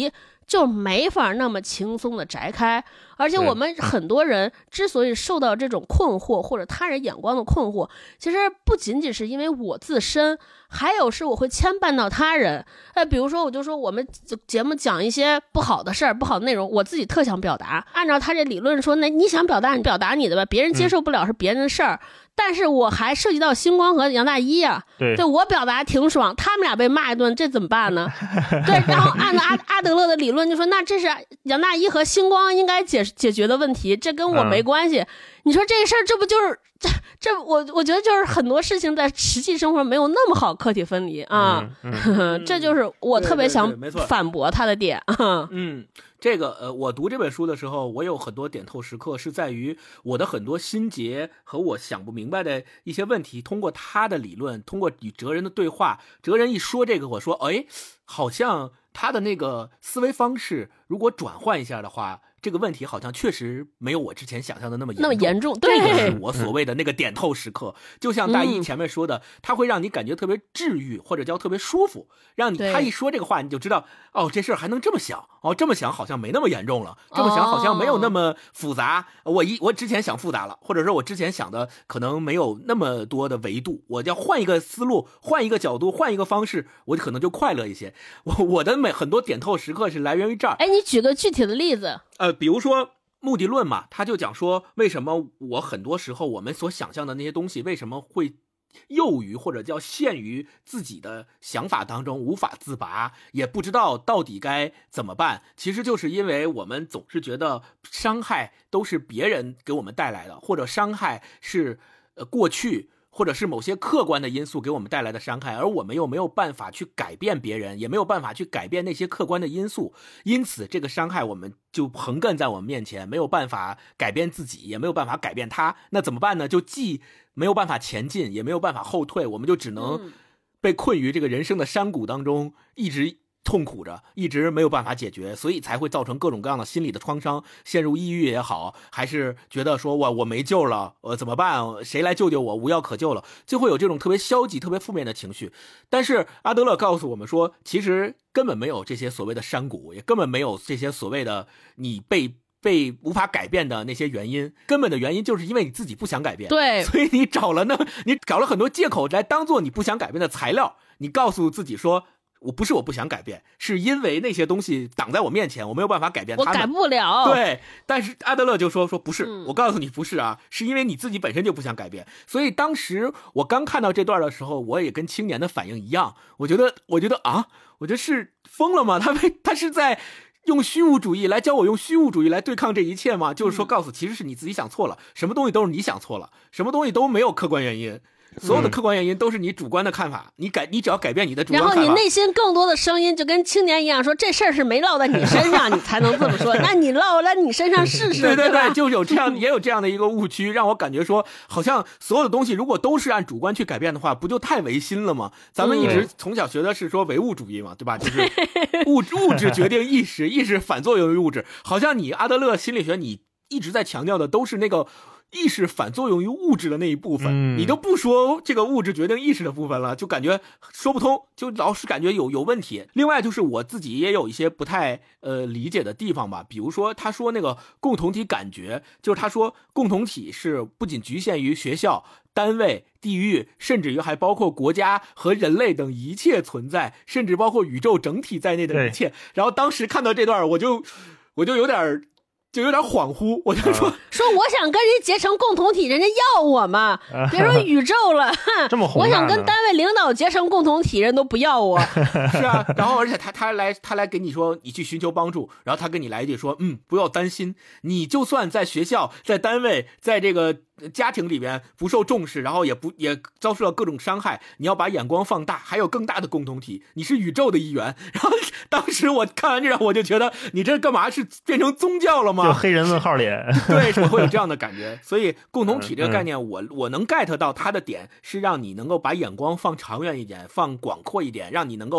就没法那么轻松的摘开。而且我们很多人之所以受到这种困惑或者他人眼光的困惑，其实不仅仅是因为我自身，还有是我会牵绊到他人。哎，比如说我就说我们节目讲一些不好的事儿、不好的内容，我自己特想表达，按照他这理论说，那你想表达你表达你的吧，别人接受不了是别人的事儿。嗯，但是我还涉及到星光和杨大一啊， 对， 对我表达挺爽，他们俩被骂一顿，这怎么办呢？对，然后按照阿阿德勒的理论就说，那这是杨大一和星光应该解解决的问题，这跟我没关系。嗯，你说这个事儿，这不就是这这我我觉得就是很多事情在实际生活没有那么好课题分离啊，嗯嗯、这就是我特别想反驳他的点啊。 嗯，这个呃，我读这本书的时候，我有很多点透时刻，是在于我的很多心结和我想不明白的一些问题，通过他的理论，通过与哲人的对话，哲人一说这个，我说，哎，好像他的那个思维方式，如果转换一下的话。这个问题好像确实没有我之前想象的那么严重， 那么严重，对， 这个是我所谓的那个点透时刻。就像大一前面说的，它会让你感觉特别治愈，或者叫特别舒服，让你他一说这个话，你就知道哦，这事儿还能这么想，哦，这么想好像没那么严重了，这么想好像没有那么复杂。哦、我一我之前想复杂了，或者说我之前想的可能没有那么多的维度，我要换一个思路，换一个角度，换一个方式，我可能就快乐一些。我我的每很多点透时刻是来源于这儿。 哎，你举个具体的例子。 呃，比如说目的论嘛，他就讲说，为什么我很多时候我们所想象的那些东西，为什么会囿于或者叫陷于自己的想法当中无法自拔，也不知道到底该怎么办。其实就是因为我们总是觉得伤害都是别人给我们带来的，或者伤害是呃过去。或者是某些客观的因素给我们带来的伤害，而我们又没有办法去改变别人，也没有办法去改变那些客观的因素，因此这个伤害我们就横亘在我们面前，没有办法改变自己，也没有办法改变他。那怎么办呢？就既没有办法前进，也没有办法后退，我们就只能被困于这个人生的山谷当中，一直痛苦着，一直没有办法解决，所以才会造成各种各样的心理的创伤，陷入抑郁也好，还是觉得说我我没救了，呃怎么办？谁来救救我？无药可救了，就会有这种特别消极、特别负面的情绪。但是阿德勒告诉我们说，其实根本没有这些所谓的山谷，也根本没有这些所谓的你被。被无法改变的那些原因，根本的原因就是因为你自己不想改变， 对， 所以你找了那你找了很多借口来当做你不想改变的材料，你告诉自己说。我不是我不想改变，是因为那些东西挡在我面前，我没有办法改变它们， 我改不了。 对，但是阿德勒就说说不是、嗯，我告诉你不是啊，是因为你自己本身就不想改变。所以当时我刚看到这段的时候，我也跟青年的反应一样，我觉得，我觉得啊，我觉得是疯了吗？他他是在用虚无主义来教我用虚无主义来对抗这一切吗？就是说，告诉其实是你自己想错了，什么东西都是你想错了，什么东西都没有客观原因。所有的客观原因都是你主观的看法，你改，你只要改变你的主观看法， 然后你内心更多的声音就跟青年一样说，这事儿是没落在你身上，你才能这么说。那你落在你身上试试， 对对对， 就有这样，也有这样的一个误区，让我感觉说，好像所有的东西如果都是按主观去改变的话，不就太唯心了吗？咱们一直从小学的是说唯物主义嘛，对吧？就是物物质决定意识，意识反作用于物质，好像你阿德勒心理学，你一直在强调的都是那个。意识反作用于物质的那一部分、嗯、你都不说这个物质决定意识的部分了，就感觉说不通，就老是感觉有有问题。另外就是我自己也有一些不太呃理解的地方吧，比如说他说那个共同体感觉，就是他说共同体是不仅局限于学校、单位、地域，甚至于还包括国家和人类等一切存在，甚至包括宇宙整体在内的一切。然后当时看到这段，我就我就有点就有点恍惚，我就说、 啊、说我想跟人结成共同体，人家要我嘛，别说宇宙了， 这么我想跟单位领导结成共同体，人都不要我。 是啊，然后而且他他来他来给你说你去寻求帮助，然后他跟你来一句说，嗯，不要担心，你就算在学校、在单位、在这个家庭里边不受重视，然后也不也遭受到各种伤害，你要把眼光放大，还有更大的共同体，你是宇宙的一员。然后当时我看完这张，我就觉得你这干嘛，是变成宗教了吗？ 就黑人问号脸。 对，我会有这样的感觉。所以共同体这个概念，我我能 get 到它的点是让你能够把眼光放长远一点，放广阔一点，让你能够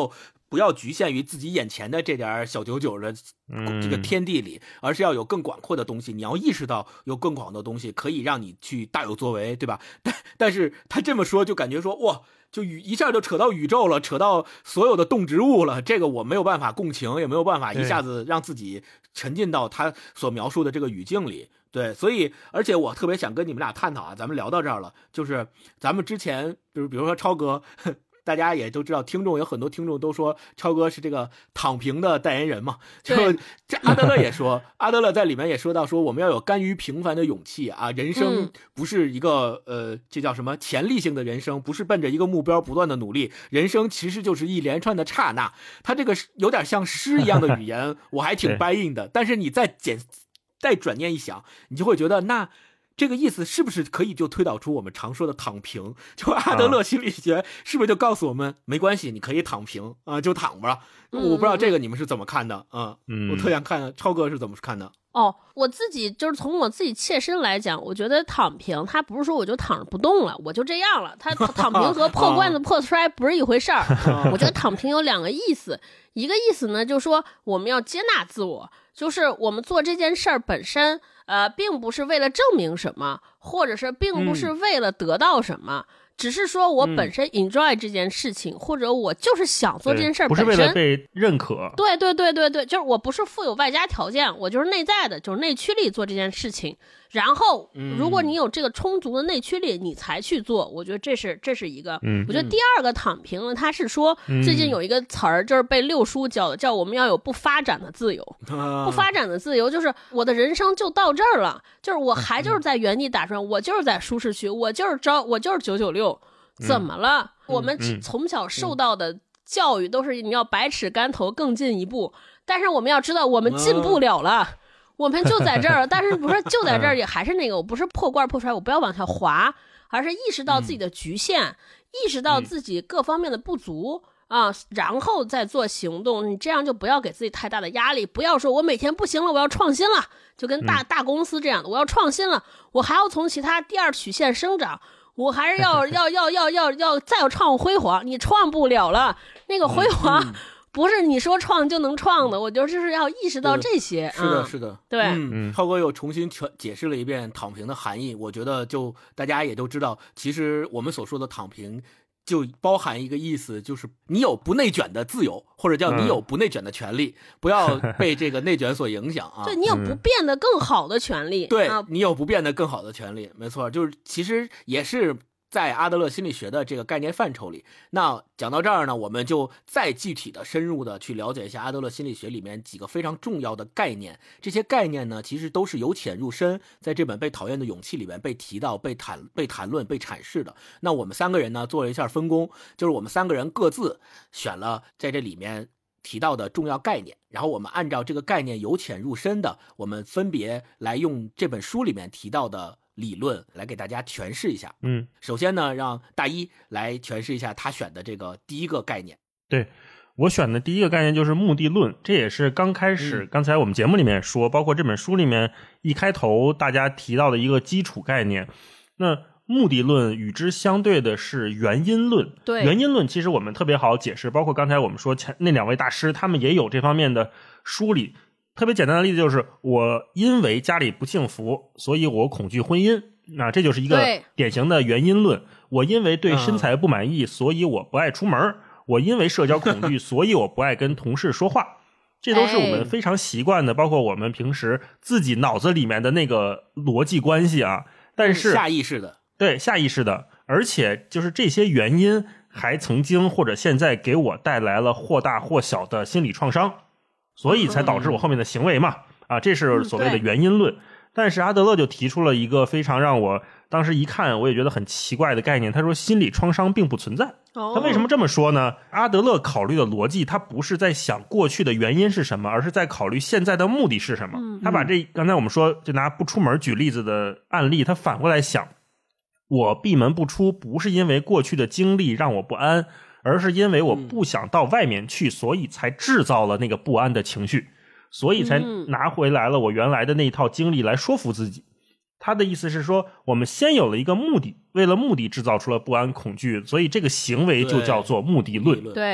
不要局限于自己眼前的这点小九九的这个天地里，而是要有更广阔的东西。你要意识到有更广的东西可以让你去大有作为，对吧？但但是他这么说，就感觉说哇，就宇一下就扯到宇宙了，扯到所有的动植物了。这个我没有办法共情，也没有办法一下子让自己沉浸到他所描述的这个语境里。对，所以而且我特别想跟你们俩探讨啊，咱们聊到这儿了，就是咱们之前就是比如说超哥。大家也都知道，听众有很多听众都说超哥是这个躺平的代言人嘛。就这阿德勒也说，阿德勒在里面也说到说，我们要有甘于平凡的勇气啊，人生不是一个、嗯、呃，这叫什么潜力性的人生，不是奔着一个目标不断的努力，人生其实就是一连串的刹那。他这个有点像诗一样的语言，我还挺 buy in 的。但是你再简再转念一想，你就会觉得那。这个意思是不是可以就推导出我们常说的躺平？就阿德勒心理学是不是就告诉我们、啊、没关系，你可以躺平啊，就躺吧。嗯、我不知道这个你们是怎么看的啊？嗯，我特想看超哥是怎么看的。 哦，我自己就是从我自己切身来讲，我觉得躺平，它不是说我就躺着不动了，我就这样了。它躺平和破罐子破摔不是一回事儿。我觉得躺平有两个意思，一个意思呢，就是说我们要接纳自我，就是我们做这件事儿本身。呃，并不是为了证明什么，或者是并不是为了得到什么，嗯、只是说我本身 enjoy 这件事情，嗯、或者我就是想做这件事本身， 不是为了被认可。 对对对对对，就是我不是富有外加条件，我就是内在的，就是内驱力做这件事情。然后，如果你有这个充足的内驱力，你才去做。我觉得这是这是一个。嗯、我觉得第二个躺平呢，它是说、嗯、最近有一个词儿，就是被六叔教的，叫我们要有不发展的自由。啊、不发展的自由就是我的人生就到这儿了，就是我还就是在原地打转，嗯、我就是在舒适区，我就是招，我就是九九六，怎么了？嗯、我们从小受到的教育都是你要百尺竿头更进一步，但是我们要知道我们进不了了。啊我们就在这儿，但是不是就在这儿也还是那个，我不是破罐破摔，我不要往下滑，而是意识到自己的局限，嗯、意识到自己各方面的不足、嗯、啊，然后再做行动。你这样就不要给自己太大的压力，不要说我每天不行了，我要创新了，就跟大、嗯、大公司这样的，我要创新了，我还要从其他第二曲线生长，我还是要要要要要要再要创辉煌，你创不了了，那个辉煌。嗯嗯不是你说创就能创的，我觉得就是要意识到这些。 是的，是的， 嗯、对。 嗯，超哥又重新全解释了一遍躺平的含义。我觉得就大家也都知道，其实我们所说的躺平，就包含一个意思，就是你有不内卷的自由，或者叫你有不内卷的权利，嗯、不要被这个内卷所影响啊。 对，你有不变得更好的权利。 对、 啊、 你有不变得更好的权利，没错，就是其实也是。在阿德勒心理学的这个概念范畴里，那讲到这儿呢，我们就再具体的深入的去了解一下阿德勒心理学里面几个非常重要的概念。这些概念呢，其实都是由浅入深，在这本《被讨厌的勇气》里面被提到、被谈、被谈论、被阐释的。那我们三个人呢，做了一下分工，就是我们三个人各自选了在这里面提到的重要概念，然后我们按照这个概念由浅入深的，我们分别来用这本书里面提到的理论来给大家诠释一下。嗯，首先呢，让大一来诠释一下他选的这个第一个概念。 对，我选的第一个概念就是目的论，这也是刚开始、嗯、刚才我们节目里面说，包括这本书里面一开头大家提到的一个基础概念。那目的论与之相对的是原因论。 对， 原因论其实我们特别好解释，包括刚才我们说前那两位大师，他们也有这方面的梳理。特别简单的例子就是，我因为家里不幸福，所以我恐惧婚姻，那这就是一个典型的原因论。我因为对身材不满意，嗯、所以我不爱出门。我因为社交恐惧，所以我不爱跟同事说话。这都是我们非常习惯的，包括我们平时自己脑子里面的那个逻辑关系啊。但是下意识的， 对，下意识的，而且就是这些原因还曾经或者现在给我带来了或大或小的心理创伤。所以才导致我后面的行为嘛，啊，这是所谓的原因论。但是阿德勒就提出了一个非常让我当时一看我也觉得很奇怪的概念，他说心理创伤并不存在。他为什么这么说呢？阿德勒考虑的逻辑，他不是在想过去的原因是什么，而是在考虑现在的目的是什么。他把这刚才我们说就拿不出门举例子的案例，他反过来想，我闭门不出不是因为过去的经历让我不安，而是因为我不想到外面去，所以才制造了那个不安的情绪，所以才拿回来了我原来的那一套经历来说服自己。他的意思是说，我们先有了一个目的，为了目的制造出了不安恐惧，所以这个行为就叫做目的论。 对，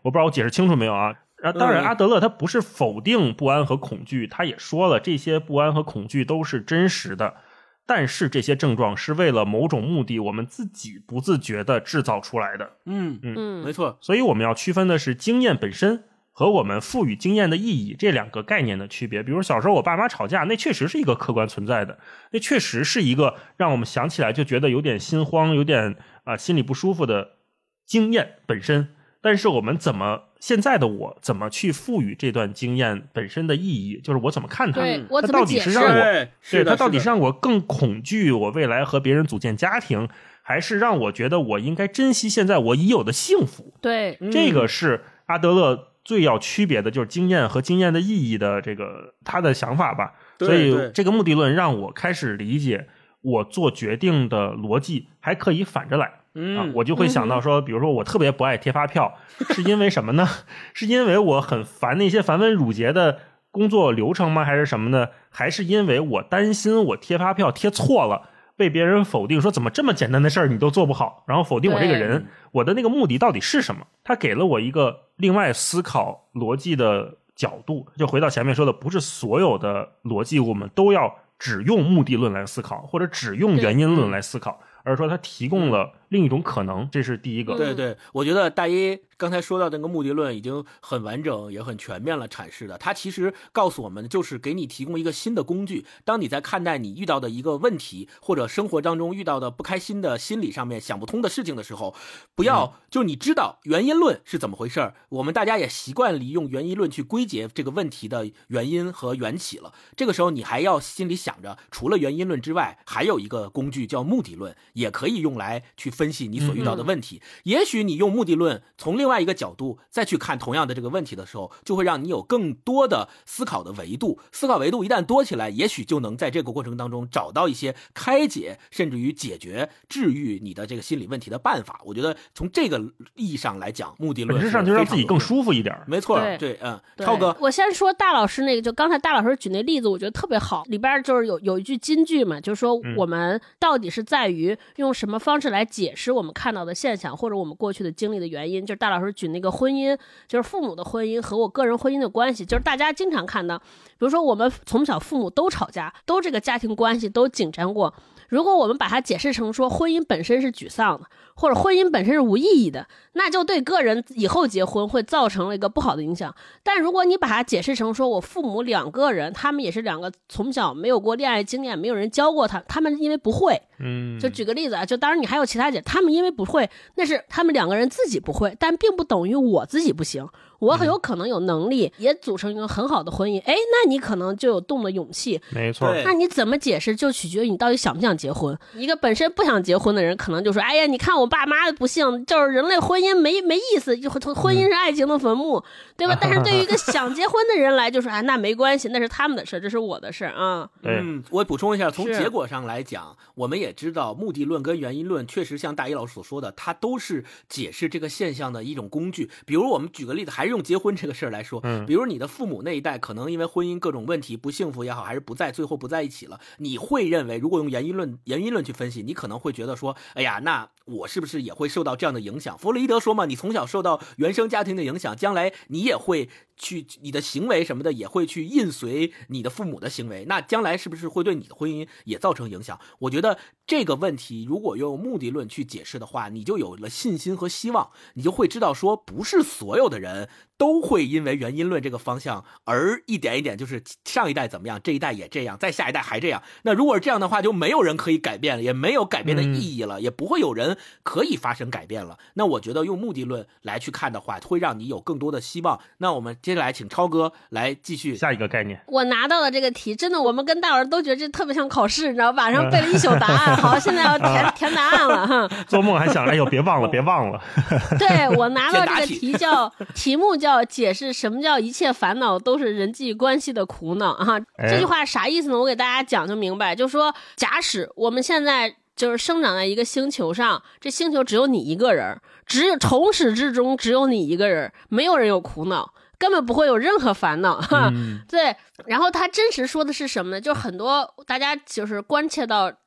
我不知道我解释清楚没有啊？啊，当然，阿德勒他不是否定不安和恐惧，他也说了这些不安和恐惧都是真实的，但是这些症状是为了某种目的，我们自己不自觉的制造出来的。 嗯嗯，没错。 所以我们要区分的是经验本身和我们赋予经验的意义这两个概念的区别。比如小时候我爸妈吵架，那确实是一个客观存在的，那确实是一个让我们想起来就觉得有点心慌，有点啊、呃、心里不舒服的经验本身。但是我们怎么现在的我怎么去赋予这段经验本身的意义，就是我怎么看它， 对我怎么它到底是让我对对它到底是让我更恐惧我未来和别人组建家庭，还是让我觉得我应该珍惜现在我已有的幸福？ 对， 这个是阿德勒最要区别的，就是经验和经验的意义的这个他的想法吧。所以这个目的论让我开始理解我做决定的逻辑还可以反着来。 嗯啊，我就会想到说，比如说我特别不爱贴发票，是因为什么呢？是因为我很烦那些繁文缛节的工作流程吗？还是什么呢？还是因为我担心我贴发票贴错了，被别人否定，说怎么这么简单的事儿你都做不好，然后否定我这个人？我的那个目的到底是什么？他给了我一个另外思考逻辑的角度。就回到前面说的，不是所有的逻辑我们都要只用目的论来思考，或者只用原因论来思考，而是说它提供了另一种可能，这是第一个。 对对，我觉得大一刚才说到那个目的论已经很完整也很全面了阐释的，它其实告诉我们就是给你提供一个新的工具，当你在看待你遇到的一个问题或者生活当中遇到的不开心的心理上面想不通的事情的时候，不要、嗯、就你知道原因论是怎么回事，我们大家也习惯利用原因论去归结这个问题的原因和缘起了，这个时候你还要心里想着除了原因论之外还有一个工具叫目的论，也可以用来去分析你所遇到的问题、嗯、也许你用目的论从另外一个角度再去看同样的这个问题的时候，就会让你有更多的思考的维度，思考维度一旦多起来，也许就能在这个过程当中找到一些开解甚至于解决治愈你的这个心理问题的办法。我觉得从这个意义上来讲，目的论本质上就让自己更舒服一点。 没错，对，对嗯，超哥， 我先说大老师那个，就刚才大老师举那例子我觉得特别好，里边就是有有一句金句嘛，就是说我们到底是在于用什么方式来解释我们看到的现象或者我们过去的经历的原因。就是大老师举那个婚姻，就是父母的婚姻和我个人婚姻的关系，就是大家经常看到，比如说我们从小父母都吵架，都这个家庭关系都紧张过，如果我们把它解释成说婚姻本身是沮丧的，或者婚姻本身是无意义的，那就对个人以后结婚会造成了一个不好的影响。但如果你把它解释成说我父母两个人，他们也是两个从小没有过恋爱经验，没有人教过他，他们因为不会，嗯，就举个例子啊，就当然你还有其他解，他们因为不会，那是他们两个人自己不会，但并不等于我自己不行，我很有可能有能力、嗯、也组成一个很好的婚姻，哎，那你可能就有动的勇气。 没错， 那你怎么解释就取决于你到底想不想结婚。一个本身不想结婚的人可能就说，哎呀，你看我爸妈不幸，就是人类婚姻没没意思，婚姻是爱情的坟墓、嗯、对吧？但是对于一个想结婚的人来就说，哎，那没关系，那是他们的事，这是我的事啊。 嗯，我补充一下，从结果上来讲，我们也知道目的论跟原因论确实像大一老师所说的，它都是解释这个现象的一种工具。比如我们举个例子，还是用结婚这个事儿来说，嗯，比如你的父母那一代可能因为婚姻各种问题不幸福也好，还是不在最后不在一起了，你会认为如果用原因论原因论去分析，你可能会觉得说，哎呀，那我是不是也会受到这样的影响？弗洛伊德说嘛，你从小受到原生家庭的影响，将来你也会去，你的行为什么的也会去印随你的父母的行为，那将来是不是会对你的婚姻也造成影响？我觉得这个问题如果用目的论去解释的话，你就有了信心和希望，你就会知道说不是所有的人都会因为原因论这个方向而一点一点就是上一代怎么样，这一代也这样，再下一代还这样。那如果是这样的话，就没有人可以改变了，也没有改变的意义了、嗯、也不会有人可以发生改变了。那我觉得用目的论来去看的话，会让你有更多的希望。那我们接下来请超哥来继续下一个概念。 我拿到的这个题真的我们跟大老师都觉得这特别像考试，你知道，晚上背了一宿答案好，现在要填填答案了哈。 做梦还想哎呦别忘了别忘了。 对，我拿到这个题叫题目叫解释什么叫一切烦恼都是人际关系的苦恼啊。这句话啥意思呢？我给大家讲就明白，就是说假使我们现在就是生长在一个星球上，这星球只有你一个人，只有从始至终只有你一个人，没有人有苦恼，根本不会有任何烦恼哈、嗯。对，然后他真实说的是什么呢？就很多大家就是关切到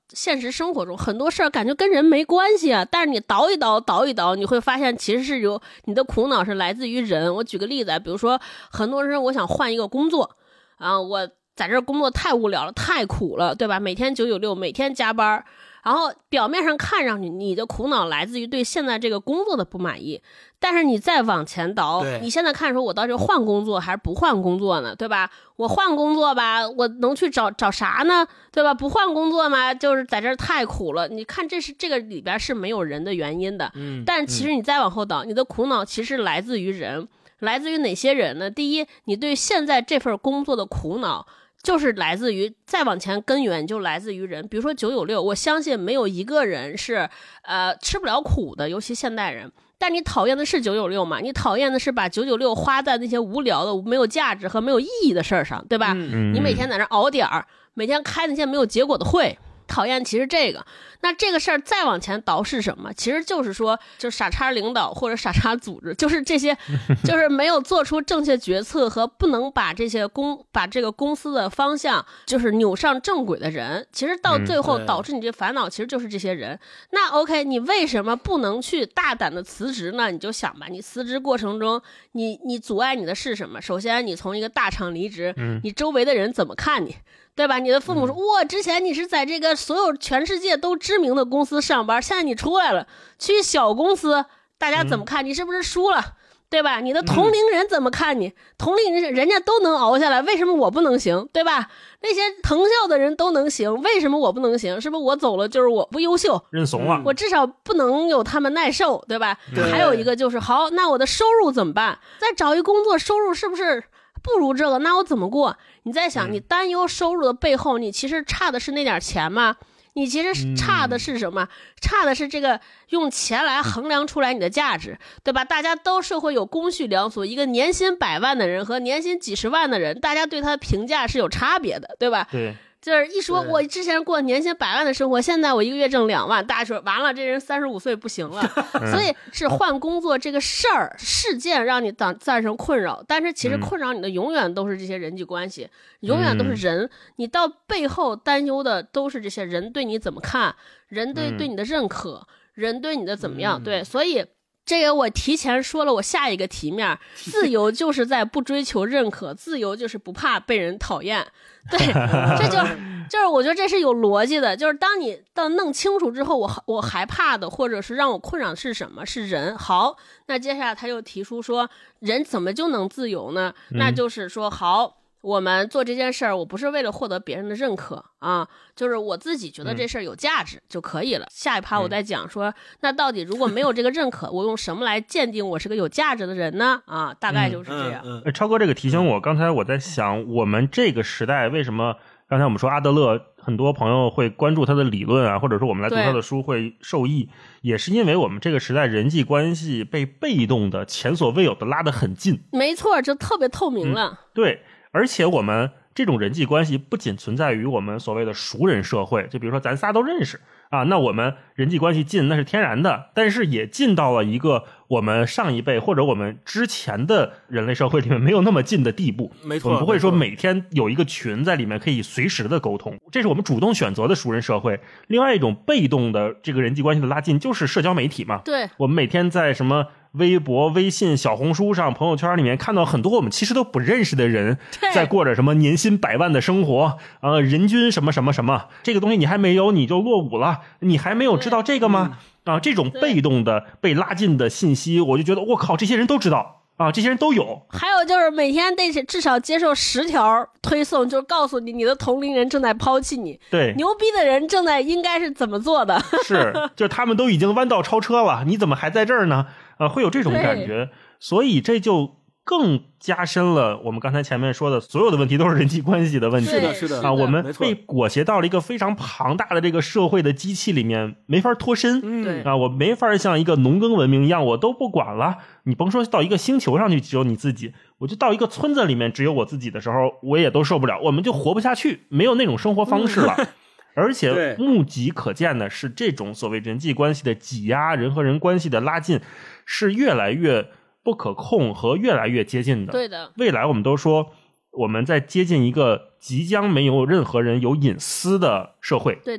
现实生活中很多事儿感觉跟人没关系啊，但是你倒一倒倒一倒，你会发现其实是有你的苦恼是来自于人。我举个例子啊，比如说很多人我想换一个工作啊，我在这儿工作太无聊了，太苦了，对吧？每天九九六，每天加班，然后表面上看上去你的苦恼来自于对现在这个工作的不满意，但是你再往前倒，你现在看说我到底换工作还是不换工作呢，对吧？我换工作吧，我能去找找啥呢，对吧？不换工作嘛，就是在这儿太苦了。你看这是这个里边是没有人的原因的， 嗯， 但其实你再往后倒，你的苦恼其实来自于人，来自于哪些人呢？第一，你对现在这份工作的苦恼就是来自于，再往前根源就来自于人。比如说九九六，我相信没有一个人是呃吃不了苦的，尤其现代人。但你讨厌的是九九六吗？你讨厌的是把九九六花在那些无聊的、没有价值和没有意义的事儿上，对吧？ 嗯、 你每天在那熬点儿，每天开那些没有结果的会，讨厌其实这个。那这个事儿再往前倒是什么？其实就是说，就傻叉领导或者傻叉组织，就是这些，就是没有做出正确决策和不能把这些公把这个公司的方向就是扭上正轨的人。其实到最后导致你这烦恼，其实就是这些人。那 OK， 你为什么不能去大胆的辞职呢？你就想吧，你辞职过程中，你你阻碍你的是什么？首先，你从一个大厂离职，你周围的人怎么看你？对吧？你的父母说，哇，之前你是在这个所有全世界都知名的公司上班，现在你出来了，去小公司，大家怎么看？你是不是输了？对吧？你的同龄人怎么看你？同龄人人家都能熬下来，为什么我不能行？对吧？那些藤校的人都能行，为什么我不能行？是不是我走了就是我不优秀， 认怂了？ 我至少不能有他们耐受，对吧？ 对。 还有一个就是好，那我的收入怎么办？再找一工作，收入是不是不如这个？那我怎么过？你在想，你担忧收入的背后，你其实差的是那点钱吗？你其实差的是什么？嗯、差的是这个用钱来衡量出来你的价值，对吧？大家都社会有公序良俗，一个年薪百万的人和年薪几十万的人，大家对他的评价是有差别的，对吧？ 对。 就是一说我之前过年薪百万的生活，现在我一个月挣两万，大家说完了，这人三十五岁不行了。所以是换工作这个事儿事件让你造造成困扰，但是其实困扰你的永远都是这些人际关系，嗯、永远都是人。你到背后担忧的都是这些人对你怎么看，人对、嗯、对你的认可，人对你的怎么样？嗯、对，所以。这个我提前说了，我下一个题面，自由就是在不追求认可，自由就是不怕被人讨厌。对，这就就是我觉得这是有逻辑的，就是当你到弄清楚之后，我我害怕的或者是让我困扰的是什么？是人。好，那接下来他又提出说，人怎么就能自由呢？嗯、那就是说，好。我们做这件事儿，我不是为了获得别人的认可啊，就是我自己觉得这事儿有价值就可以了。嗯、下一趴我再讲说，那到底如果没有这个认可，我用什么来鉴定我是个有价值的人呢？啊，大概就是这样。 嗯嗯嗯、超哥这个提醒我，刚才我在想，我们这个时代为什么？刚才我们说阿德勒，很多朋友会关注他的理论啊，或者说我们来读他的书会受益，也是因为我们这个时代人际关系被被动的、前所未有的拉得很近。 没错，就特别透明了。 嗯、对。而且我们这种人际关系不仅存在于我们所谓的熟人社会，就比如说咱仨都认识啊，那我们人际关系近那是天然的，但是也近到了一个我们上一辈或者我们之前的人类社会里面没有那么近的地步。 没错， 我们不会说每天有一个群在里面可以随时的沟通，这是我们主动选择的熟人社会。另外一种被动的这个人际关系的拉近就是社交媒体嘛。 对， 我们每天在什么微博、微信、小红书上、朋友圈里面看到很多我们其实都不认识的人在过着什么年薪百万的生活，呃，人均什么什么什么，这个东西你还没有你就落伍了，你还没有知道这个吗？啊，这种被动的被拉近的信息，我就觉得我靠，这些人都知道啊，这些人都有。 还有就是每天得至少接受十条推送，就是告诉你你的同龄人正在抛弃你， 对， 牛逼的人正在应该是怎么做的？ 是，就他们都已经弯道超车了，你怎么还在这儿呢？呃，会有这种感觉，所以这就更加深了我们刚才前面说的所有的问题都是人际关系的问题。 是的，是的啊，我们被裹挟到了一个非常庞大的这个社会的机器里面，没法脱身。 嗯， 啊，我没法像一个农耕文明一样，我都不管了。你甭说到一个星球上去只有你自己，我就到一个村子里面只有我自己的时候，我也都受不了，我们就活不下去，没有那种生活方式了。嗯而且目极可见的是，这种所谓人际关系的挤压，人和人关系的拉近，是越来越不可控和越来越接近的。 对的， 未来我们都说我们在接近一个即将没有任何人有隐私的社会。 对的，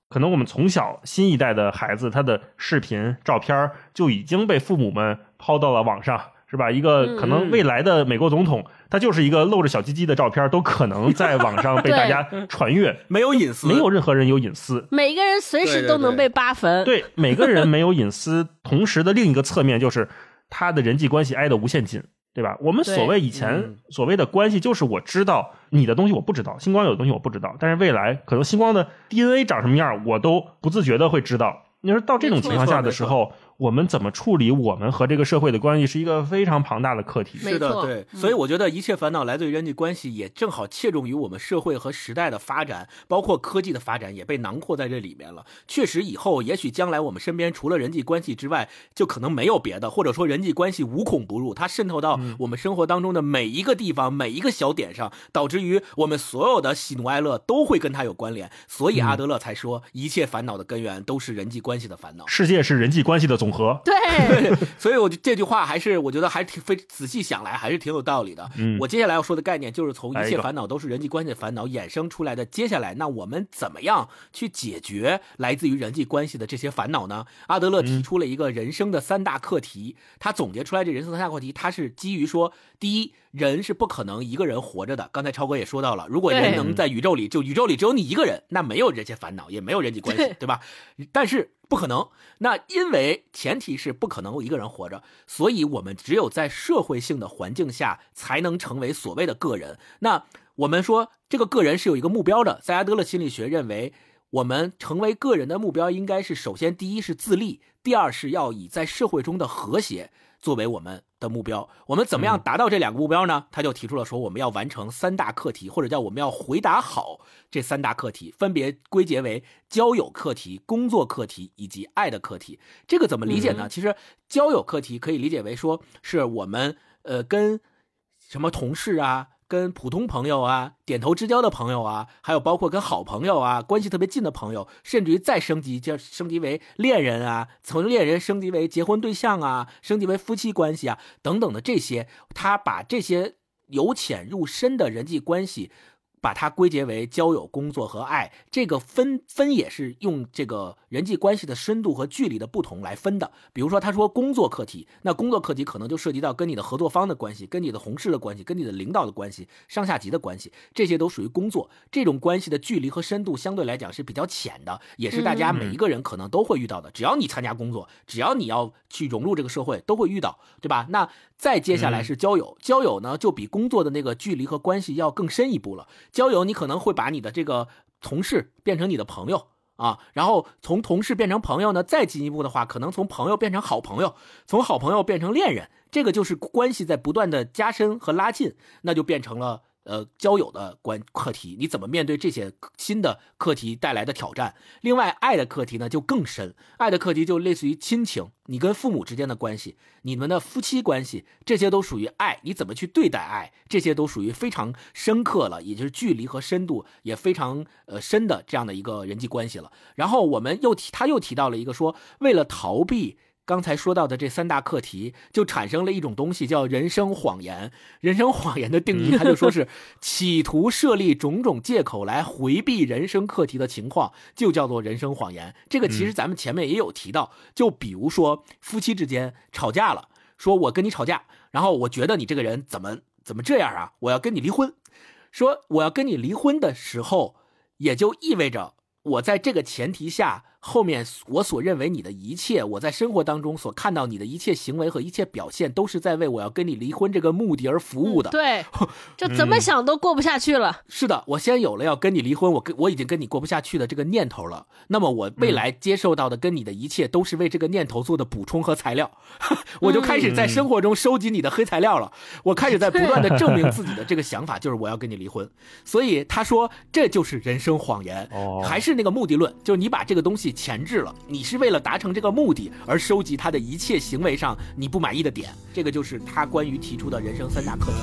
可能我们从小新一代的孩子，他的视频照片就已经被父母们抛到了网上，是吧？一个可能未来的美国总统，他就是一个露着小鸡鸡的照片，都可能在网上被大家传阅， 没有隐私， 没有任何人有隐私， 每个人随时都能被扒坟。 对，每个人没有隐私，同时的另一个侧面就是他的人际关系挨得无限紧。对吧？我们所谓以前所谓的关系，就是我知道你的东西我不知道，星光有的东西我不知道，但是未来可能星光的 D N A 长什么样，我都不自觉的会知道。你说到这种情况下的时候，我们怎么处理我们和这个社会的关系，是一个非常庞大的课题。 是的，对，所以我觉得一切烦恼来自于人际关系，也正好切中于我们社会和时代的发展，包括科技的发展，也被囊括在这里面了。确实，以后也许将来我们身边除了人际关系之外，就可能没有别的，或者说人际关系无孔不入，它渗透到我们生活当中的每一个地方、每一个小点上，导致于我们所有的喜怒哀乐都会跟它有关联。所以阿德勒才说，一切烦恼的根源都是人际关系的烦恼。 世界是人际关系的总和。 对。 对，所以我这句话还是我觉得还挺非仔细想来还是挺有道理的。嗯，我接下来要说的概念就是从一切烦恼都是人际关系的烦恼衍生出来的。接下来，那我们怎么样去解决来自于人际关系的这些烦恼呢？阿德勒提出了一个人生的三大课题，他总结出来这人生三大课题，他是基于说，第一，人是不可能一个人活着的。刚才超哥也说到了，如果人能在宇宙里，就宇宙里只有你一个人，那没有这些烦恼，也没有人际关系， 对, 对吧？但是不可能，那因为前提是不可能一个人活着，所以我们只有在社会性的环境下才能成为所谓的个人。那我们说这个个人是有一个目标的，在阿德勒心理学认为，我们成为个人的目标应该是首先第一是自立，第二是要以在社会中的和谐作为我们的目标。我们怎么样达到这两个目标呢？他就提出了说，我们要完成三大课题，或者叫我们要回答好这三大课题，分别归结为交友课题、工作课题以及爱的课题。这个怎么理解呢？嗯、其实交友课题可以理解为说是我们呃跟什么同事啊，跟普通朋友啊，点头之交的朋友啊，还有包括跟好朋友啊，关系特别近的朋友，甚至于再升级，就升级为恋人啊，从恋人升级为结婚对象啊，升级为夫妻关系啊，等等的这些，他把这些由浅入深的人际关系，把它归结为交友、工作和爱。这个分分也是用这个人际关系的深度和距离的不同来分的。比如说他说工作课题，那工作课题可能就涉及到跟你的合作方的关系，跟你的同事的关系，跟你的领导的关系，上下级的关系，这些都属于工作。这种关系的距离和深度相对来讲是比较浅的，也是大家每一个人可能都会遇到的。只要你参加工作，只要你要去融入这个社会，都会遇到，对吧？那再接下来是交友，交友呢就比工作的那个距离和关系要更深一步了。交友你可能会把你的这个同事变成你的朋友啊，然后从同事变成朋友呢，再进一步的话，可能从朋友变成好朋友，从好朋友变成恋人，这个就是关系在不断的加深和拉近，那就变成了呃交友的关课题，你怎么面对这些新的课题带来的挑战？另外，爱的课题呢就更深，爱的课题就类似于亲情，你跟父母之间的关系，你们的夫妻关系，这些都属于爱，你怎么去对待爱，这些都属于非常深刻了，也就是距离和深度也非常呃深的这样的一个人际关系了。然后我们又提，他又提到了一个说，为了逃避刚才说到的这三大课题，就产生了一种东西叫人生谎言。人生谎言的定义，他就说是企图设立种种借口来回避人生课题的情况，就叫做人生谎言。这个其实咱们前面也有提到，就比如说夫妻之间吵架了，说我跟你吵架，然后我觉得你这个人怎么怎么这样啊，我要跟你离婚。说我要跟你离婚的时候，也就意味着我在这个前提下，后面我所认为你的一切，我在生活当中所看到你的一切行为和一切表现，都是在为我要跟你离婚这个目的而服务的。 嗯、对，这怎么想都过不下去了。 嗯、是的，我先有了要跟你离婚，我跟我已经跟你过不下去的这个念头了。那么我未来接受到的跟你的一切，都是为这个念头做的补充和材料。我就开始在生活中收集你的黑材料了。我开始在不断的证明自己的这个想法，就是我要跟你离婚。所以他说，这就是人生谎言。哦，还是那个目的论，就是你把这个东西前置了，你是为了达成这个目的而收集他的一切行为上你不满意的点，这个就是他关于提出的人生三大课题。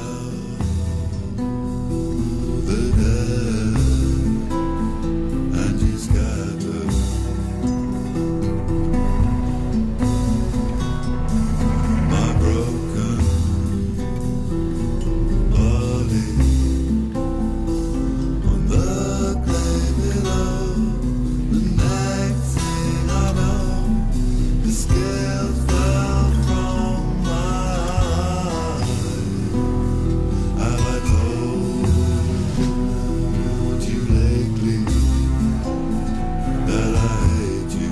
The scales fell from my eyes. Have I told you lately that I hate you?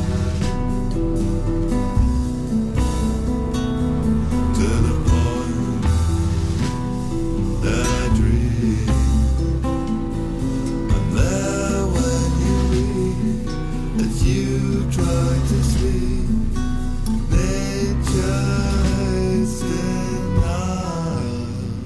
To the point that I dream I'm there when you leave, as you try to sleep. Nature hasting on.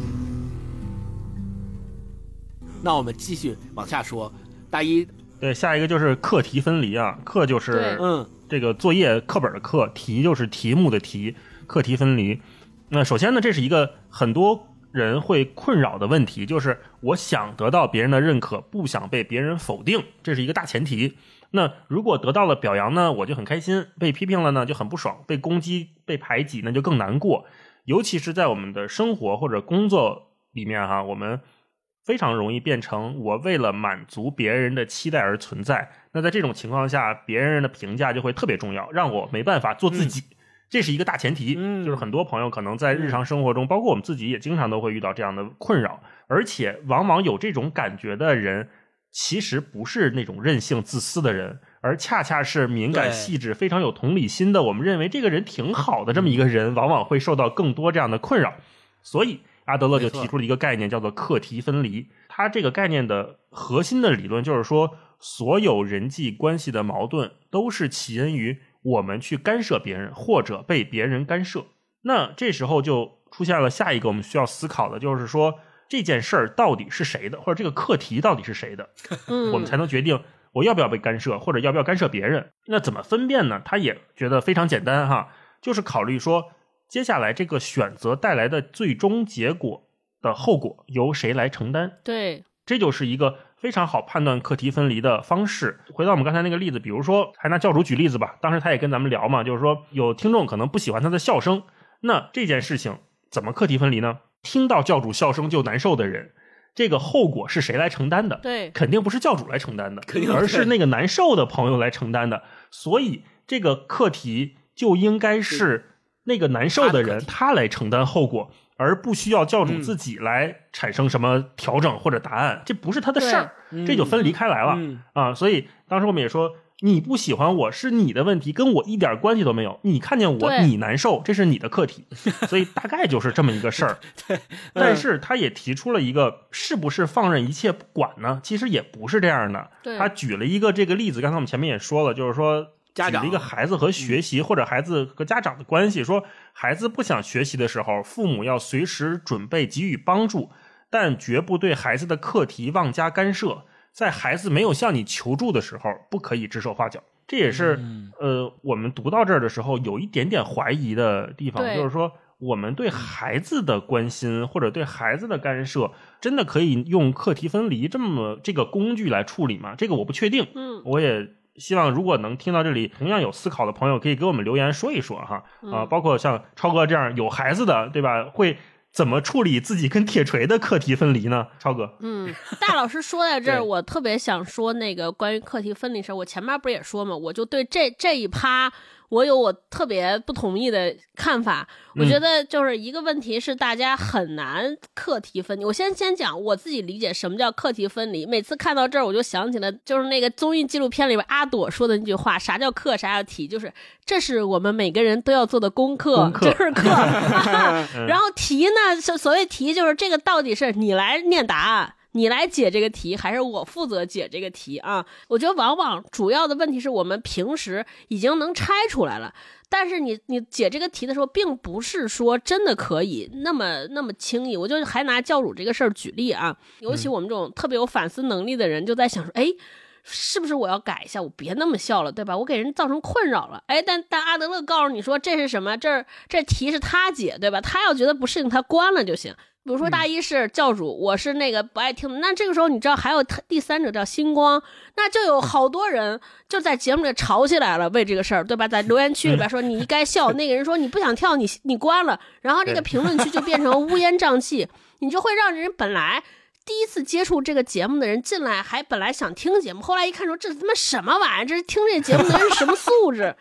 那我们继续往下说，大一， 对，下一个就是课题分离啊，课就是对嗯， 这个作业课本的课，题就是题目的题，课题分离。那首先呢，这是一个很多人会困扰的问题，就是我想得到别人的认可，不想被别人否定，这是一个大前提。那如果得到了表扬呢，我就很开心；被批评了呢，就很不爽；被攻击、被排挤，那就更难过。尤其是在我们的生活或者工作里面哈，我们非常容易变成我为了满足别人的期待而存在。那在这种情况下，别人的评价就会特别重要，让我没办法做自己。嗯，这是一个大前提， 嗯， 就是很多朋友可能在日常生活中，包括我们自己也经常都会遇到这样的困扰，而且往往有这种感觉的人，其实不是那种任性自私的人，而恰恰是敏感细致、非常有同理心的，我们认为这个人挺好的这么一个人，往往会受到更多这样的困扰。所以阿德勒就提出了一个概念，叫做课题分离。他这个概念的核心的理论就是说，所有人际关系的矛盾都是起因于我们去干涉别人，或者被别人干涉。那这时候就出现了下一个我们需要思考的，就是说这件事儿到底是谁的，或者这个课题到底是谁的， 嗯， 我们才能决定我要不要被干涉，或者要不要干涉别人。那怎么分辨呢？他也觉得非常简单哈，就是考虑说接下来这个选择带来的最终结果的后果由谁来承担。 对， 这就是一个非常好判断课题分离的方式。回到我们刚才那个例子，比如说还拿教主举例子吧，当时他也跟咱们聊嘛，就是说有听众可能不喜欢他的笑声，那这件事情怎么课题分离呢？听到教主笑声就难受的人，这个后果是谁来承担的？ 对， 肯定不是教主来承担的， 肯定而是那个难受的朋友来承担的。所以这个课题就应该是那个难受的人他来承担后果，而不需要教主自己来产生什么调整或者答案，嗯，这不是他的事儿，这就分离开来了，嗯，啊。所以当时我们也说，你不喜欢我是你的问题，跟我一点关系都没有。你看见我你难受，这是你的课题。所以大概就是这么一个事儿。 对， 但是他也提出了一个，是不是放任一切不管呢？其实也不是这样的。他举了一个这个例子，刚才我们前面也说了，就是说家长举了一个孩子和学习，或者孩子和家长的关系，说孩子不想学习的时候，父母要随时准备给予帮助，但绝不对孩子的课题妄加干涉。在孩子没有向你求助的时候，不可以指手画脚。这也是、嗯、呃，我们读到这儿的时候有一点点怀疑的地方，就是说我们对孩子的关心或者对孩子的干涉，真的可以用课题分离这么这个工具来处理吗？这个我不确定。嗯，我也希望如果能听到这里同样有思考的朋友，可以给我们留言说一说哈。啊、呃，包括像超哥这样有孩子的，对吧？会怎么处理自己跟铁锤的课题分离呢？超哥， 嗯，大老师说在这儿，我特别想说那个关于课题分离事儿。我前面不是也说嘛，我就对这这一趴我有我特别不同意的看法。我觉得就是一个问题是大家很难课题分离。我先先讲我自己理解什么叫课题分离。每次看到这儿我就想起了就是那个综艺纪录片里边阿朵说的那句话，啥叫课啥叫题，就是这是我们每个人都要做的功课， 功课这是课、啊、然后题呢，所谓题就是这个到底是你来念答案，你来解这个题还是我负责解这个题啊？我觉得往往主要的问题是我们平时已经能拆出来了，但是你你解这个题的时候并不是说真的可以那么那么轻易。我就还拿教主这个事儿举例啊，尤其我们这种特别有反思能力的人就在想说，哎，是不是我要改一下，我别那么笑了，对吧？我给人造成困扰了。哎，但但阿德勒告诉你说这是什么，这这题是他解，对吧？他要觉得不适应他关了就行。比如说大一是教主、嗯、我是那个不爱听的，那这个时候你知道还有第三者叫星光，那就有好多人就在节目里吵起来了，为这个事儿，对吧？在留言区里边说你该笑，那个人说你不想跳你你关了，然后这个评论区就变成乌烟瘴气，你就会让人本来第一次接触这个节目的人进来还本来想听节目，后来一看说这他妈什么玩意儿，这是听这节目的人是什么素质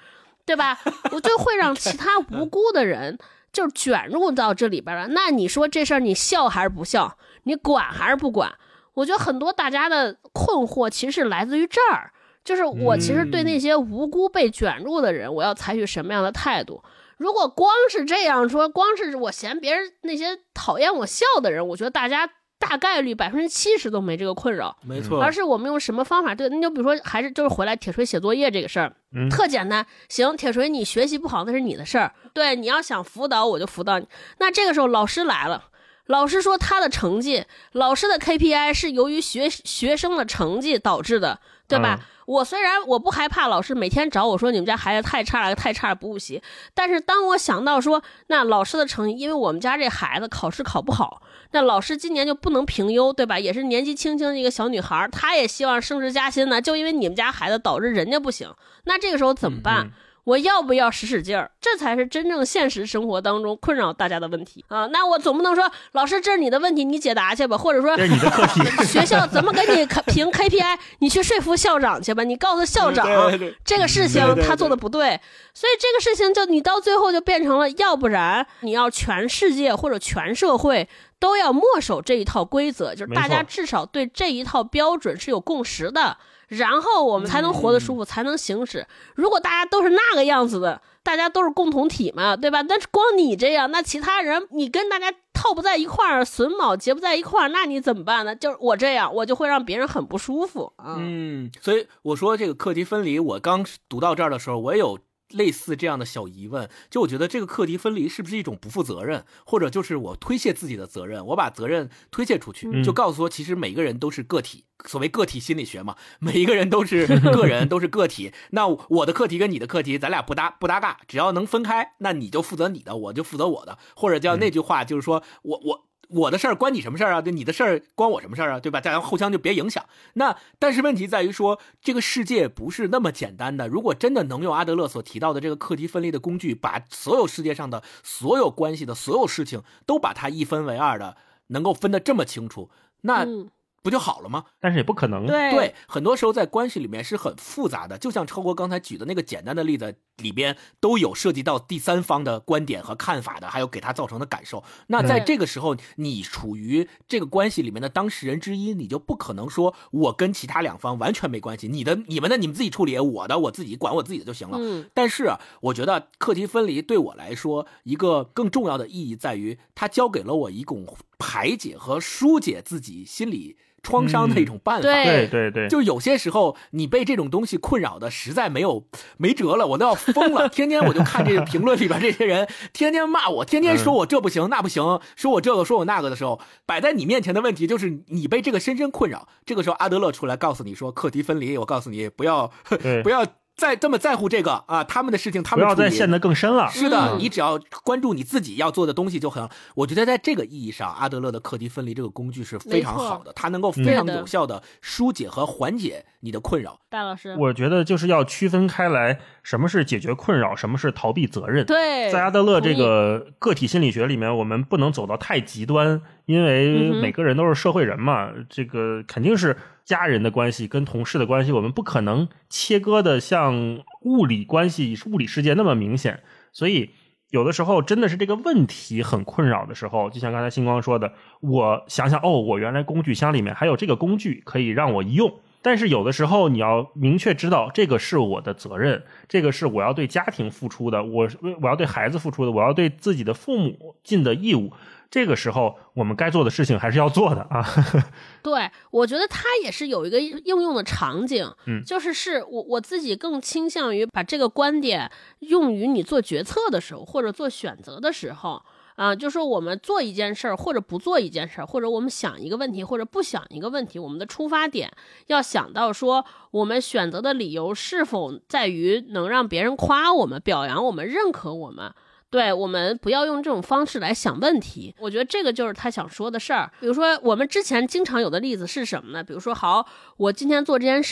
对吧？我就会让其他无辜的人就卷入到这里边了。那你说这事儿你笑还是不笑？你管还是不管？我觉得很多大家的困惑其实是来自于这儿，就是我其实对那些无辜被卷入的人，我要采取什么样的态度？如果光是这样说，光是我嫌别人那些讨厌我笑的人，我觉得大家大概率百分之七十都没这个困扰， 没错。 而是我们用什么方法对？那就比如说，还是就是回来铁锤写作业这个事儿，嗯，特简单。行，铁锤你学习不好那是你的事儿，对，你要想辅导我就辅导你。那这个时候老师来了。老师说他的成绩，老师的 K P I 是由于学学生的成绩导致的，对吧？嗯、我虽然我不害怕老师每天找我说你们家孩子太差了，太差了不补习，但是当我想到说那老师的成绩，因为我们家这孩子考试考不好，那老师今年就不能评优，对吧？也是年纪轻轻的一个小女孩，她也希望升职加薪呢，就因为你们家孩子导致人家不行，那这个时候怎么办？嗯嗯我要不要使使劲儿？这才是真正现实生活当中困扰大家的问题啊！那我总不能说老师这是你的问题，你解答去吧，或者说这是你的课题， 学校怎么给你评 K P I， 你去说服校长去吧，你告诉校长这个事情他做的不对，所以这个事情就你到最后就变成了，要不然你要全世界或者全社会都要默守这一套规则，就是大家至少对这一套标准是有共识的。然后我们才能活得舒服、嗯、才能行驶。如果大家都是那个样子的，大家都是共同体嘛，对吧？但是光你这样，那其他人你跟大家套不在一块儿，榫卯结不在一块儿，那你怎么办呢？就是我这样，我就会让别人很不舒服啊。 嗯，所以我说这个课题分离，我刚读到这儿的时候，我也有类似这样的小疑问，就我觉得这个课题分离是不是一种不负责任，或者就是我推卸自己的责任，我把责任推卸出去，就告诉说其实每个人都是个体，所谓个体心理学嘛，每一个人都是个人都是个体，那我的课题跟你的课题咱俩不搭不搭嘎，只要能分开，那你就负责你的，我就负责我的，或者叫那句话就是说我我我的事儿关你什么事儿啊？对，你的事儿关我什么事儿啊？对吧？大家互相就别影响。那但是问题在于说，这个世界不是那么简单的。如果真的能用阿德勒所提到的这个课题分离的工具，把所有世界上的所有关系的所有事情都把它一分为二的，能够分得这么清楚，那。嗯不就好了吗？ 但是也不可能。 对对，很多时候在关系里面是很复杂的，就像超国刚才举的那个简单的例子里边，都有涉及到第三方的观点和看法的，还有给他造成的感受。那在这个时候，你处于这个关系里面的当事人之一，你就不可能说我跟其他两方完全没关系，你的、你们的你们自己处理，我的我自己管我自己的就行了。嗯、但是啊，我觉得课题分离对我来说，一个更重要的意义在于，它教给了我一种排解和疏解自己心理创伤的一种办法。 嗯、 对对对， 就有些时候你被这种东西困扰的实在没有没辙了，我都要疯了。天天我就看这个评论里边这些人天天骂我，天天说我这不行那不行，说我这个说我那个的时候，摆在你面前的问题就是你被这个深深困扰。这个时候阿德勒出来告诉你说课题分离，我告诉你不要不要再这么在乎这个啊，他们的事情他们不要再陷得更深了。 是的、嗯，你只要关注你自己要做的东西就很。我觉得在这个意义上，阿德勒的课题分离这个工具是非常好的，它能够非常有效的疏解和缓解你的困扰。 戴老师， 我觉得就是要区分开来，什么是解决困扰，什么是逃避责任。 对， 在阿德勒这个个体心理学里面，我们不能走到太极端，因为每个人都是社会人嘛，嗯、这个肯定是。家人的关系跟同事的关系，我们不可能切割的像物理关系、物理世界那么明显，所以有的时候真的是这个问题很困扰的时候，就像刚才星光说的，我想想，哦，我原来工具箱里面还有这个工具可以让我用，但是有的时候你要明确知道，这个是我的责任，这个是我要对家庭付出的，我我要对孩子付出的，我要对自己的父母尽的义务。这个时候我们该做的事情还是要做的啊。 对，我觉得它也是有一个应用的场景，嗯，就是是我我自己更倾向于把这个观点用于你做决策的时候，或者做选择的时候。啊、呃，就说我们做一件事儿，或者不做一件事儿，或者我们想一个问题，或者不想一个问题，我们的出发点要想到说，我们选择的理由是否在于能让别人夸我们、表扬我们、认可我们。对，我们不要用这种方式来想问题。我觉得这个就是他想说的事儿。比如说，我们之前经常有的例子是什么呢？比如说，好，我今天做这件事儿，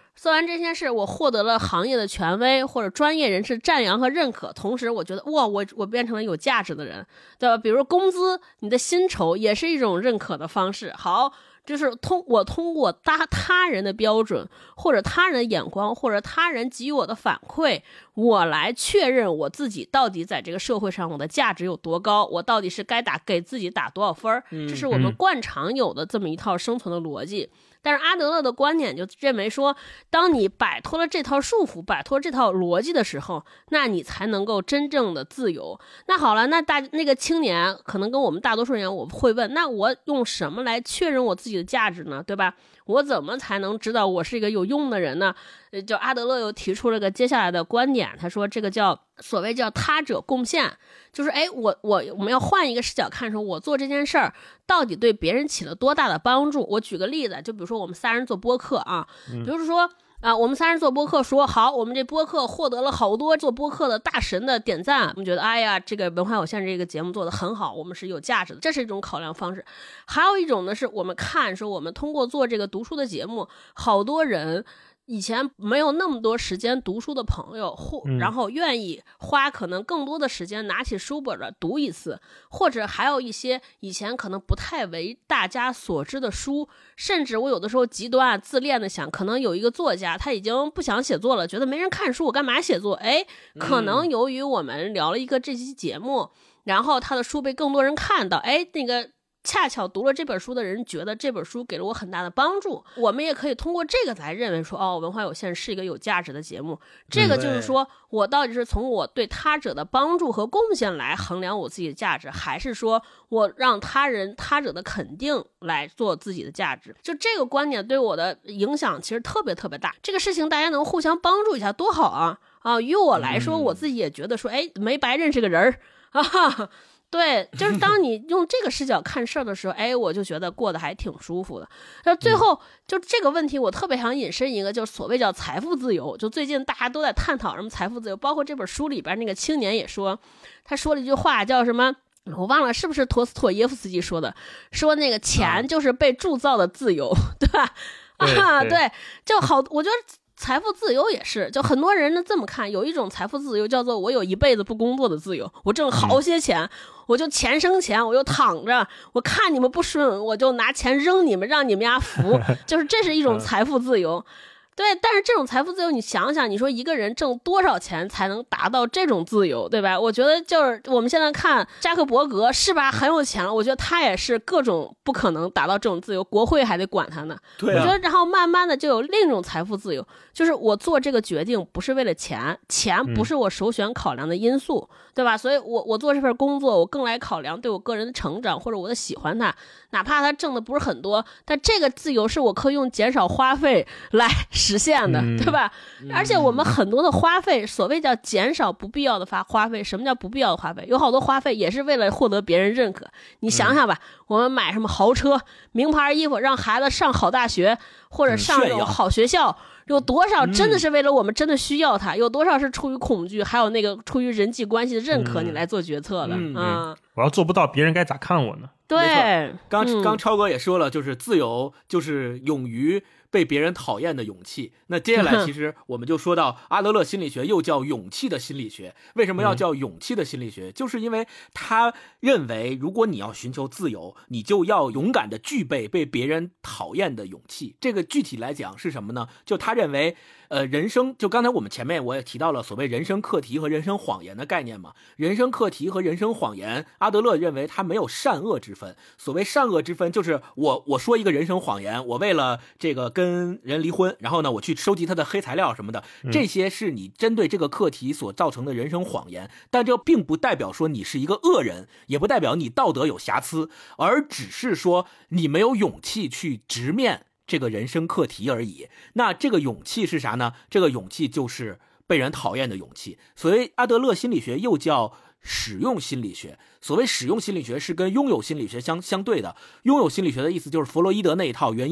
做完这件事，我获得了行业的权威或者专业人士赞扬和认可，同时我觉得哇，我我变成了有价值的人，对吧？比如工资，你的薪酬也是一种认可的方式。好，就是通我通过他他人的标准，或者他人的眼光，或者他人给予我的反馈，我来确认我自己到底在这个社会上我的价值有多高，我到底是该打给自己打多少分，这是我们惯常有的这么一套生存的逻辑。但是阿德勒的观点就认为说，当你摆脱了这套束缚，摆脱这套逻辑的时候，那你才能够真正的自由。那好了，那大那个青年可能跟我们大多数人一样，我会问，那我用什么来确认我自己的价值呢？对吧？我怎么才能知道我是一个有用的人呢？呃，就阿德勒又提出了个接下来的观点，他说这个叫所谓叫他者贡献，就是哎，我我我们要换一个视角看，说我做这件事儿到底对别人起了多大的帮助。我举个例子，就比如说我们仨人做播客啊，比如说啊，我们仨人做播客说好，我们这播客获得了好多做播客的大神的点赞，我们觉得哎呀，这个文化有限这个节目做得很好，我们是有价值的，这是一种考量方式。还有一种呢，是我们看说我们通过做这个读书的节目，好多人以前没有那么多时间读书的朋友，或然后愿意花可能更多的时间拿起书本的读一次，或者还有一些以前可能不太为大家所知的书，甚至我有的时候极端自恋的想，可能有一个作家他已经不想写作了，觉得没人看书，我干嘛写作？哎，可能由于我们聊了一个这期节目，然后他的书被更多人看到，哎，那个恰巧读了这本书的人觉得这本书给了我很大的帮助，我们也可以通过这个来认为说，哦，文化有限是一个有价值的节目。这个就是说我到底是从我对他者的帮助和贡献来衡量我自己的价值，还是说我让他人他者的肯定来做自己的价值。就这个观点对我的影响其实特别特别大，这个事情大家能互相帮助一下多好啊啊！于我来说，我自己也觉得说，哎，没白认识个人啊。对，就是当你用这个视角看事儿的时候，哎，我就觉得过得还挺舒服的。然后最后就这个问题，我特别想引申一个，就是所谓叫财富自由。就最近大家都在探讨什么财富自由，包括这本书里边那个青年也说，他说了一句话叫什么？我忘了是不是陀思妥耶夫斯基说的，说那个钱就是被铸造的自由，对吧？啊，对，就好，我觉得财富自由也是，就很多人呢这么看，有一种财富自由叫做我有一辈子不工作的自由，我挣好些钱，嗯、我就钱生钱，我就躺着，我看你们不顺，我就拿钱扔你们，让你们家服，就是这是一种财富自由。对，但是这种财富自由，你想想，你说一个人挣多少钱才能达到这种自由，对吧？我觉得就是我们现在看扎克伯格是吧，很有钱了，我觉得他也是各种不可能达到这种自由，国会还得管他呢。对、啊，我觉得然后慢慢的就有另一种财富自由，就是我做这个决定不是为了钱，钱不是我首选考量的因素，嗯、对吧？所以我我做这份工作，我更来考量对我个人的成长或者我的喜欢他，哪怕他挣的不是很多，但这个自由是我可以用减少花费来实现的，嗯、对吧？而且我们很多的花费，所谓叫减少不必要的花花费。什么叫不必要的花费？有好多花费也是为了获得别人认可。你想想吧，嗯、我们买什么豪车、名牌衣服，让孩子上好大学或者上这种好学校，有多少真的是为了我们真的需要它？有多少是出于恐惧，还有那个出于人际关系的认可，你来做决策的？嗯， 嗯我要做不到，别人该咋看我呢？ 对， 刚刚超哥也说了，就是自由就是勇于被别人讨厌的勇气。那接下来其实我们就说到阿德勒心理学又叫勇气的心理学。为什么要叫勇气的心理学？就是因为他认为如果你要寻求自由，你就要勇敢的具备被别人讨厌的勇气。这个具体来讲是什么呢？就他认为呃，人生就刚才我们前面我也提到了所谓人生课题和人生谎言的概念嘛。人生课题和人生谎言，阿德勒认为它没有善恶之分。所谓善恶之分，就是我我说一个人生谎言，我为了这个跟人离婚，然后呢我去收集他的黑材料什么的，这些是你针对这个课题所造成的人生谎言。但这并不代表说你是一个恶人，也不代表你道德有瑕疵，而只是说你没有勇气去直面这个人生课题而已。那这个勇气是啥呢？这个勇气就是被人讨厌的勇气。所以阿德勒心理学又叫使用心理学。所谓使用心理学是跟拥有心理学相相对的。拥有心理学的意思就是弗洛伊德那一套原因论，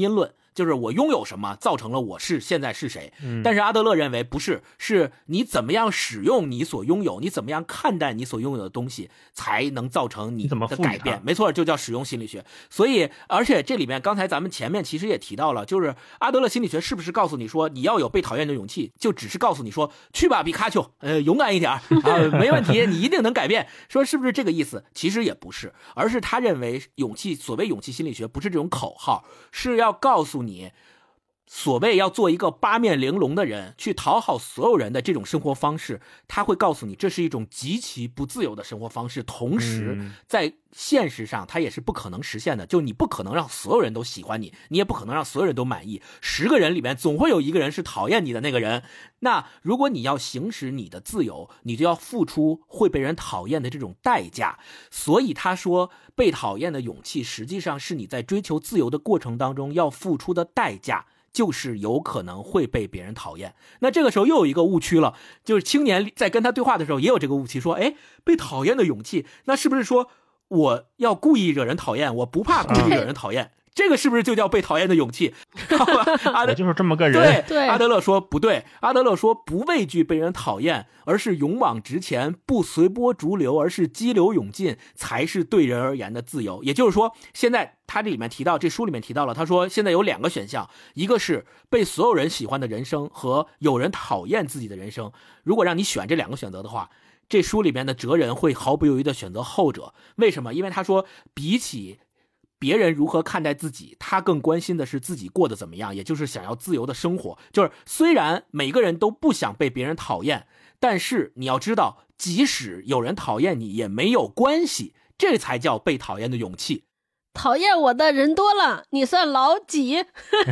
就是我拥有什么造成了我是现在是谁。但是阿德勒认为不是，是你怎么样使用你所拥有，你怎么样看待你所拥有的东西，才能造成你的改变。没错，就叫使用心理学。所以而且这里面刚才咱们前面其实也提到了，就是阿德勒心理学是不是告诉你说你要有被讨厌的勇气，就只是告诉你说去吧皮卡丘，呃勇敢一点啊，没问题，你一定能改变，说是不是这个意思？其实也不是，而是他认为勇气，所谓勇气心理学不是这种口号，是要告诉你所谓要做一个八面玲珑的人，去讨好所有人的这种生活方式，他会告诉你这是一种极其不自由的生活方式，同时在现实上它也是不可能实现的，就你不可能让所有人都喜欢你，你也不可能让所有人都满意，十个人里面总会有一个人是讨厌你的那个人。那如果你要行使你的自由，你就要付出会被人讨厌的这种代价。所以他说被讨厌的勇气实际上是你在追求自由的过程当中要付出的代价，就是有可能会被别人讨厌。那这个时候又有一个误区了，就是青年在跟他对话的时候也有这个误区，说哎，被讨厌的勇气，那是不是说我要故意惹人讨厌，我不怕故意惹人讨厌，这个是不是就叫被讨厌的勇气？阿德就是这么个人。 对， 对， 阿德勒说不对，阿德勒说不畏惧被人讨厌，而是勇往直前，不随波逐流，而是激流勇进，才是对人而言的自由。也就是说，现在他这里面提到，这书里面提到了，他说现在有两个选项，一个是被所有人喜欢的人生和有人讨厌自己的人生。如果让你选这两个选择的话，这书里面的哲人会毫不犹豫的选择后者。为什么？因为他说比起别人如何看待自己，他更关心的是自己过得怎么样，也就是想要自由的生活。就是虽然每个人都不想被别人讨厌，但是你要知道，即使有人讨厌你也没有关系，这才叫被讨厌的勇气。 讨厌我的人多了，你算老几？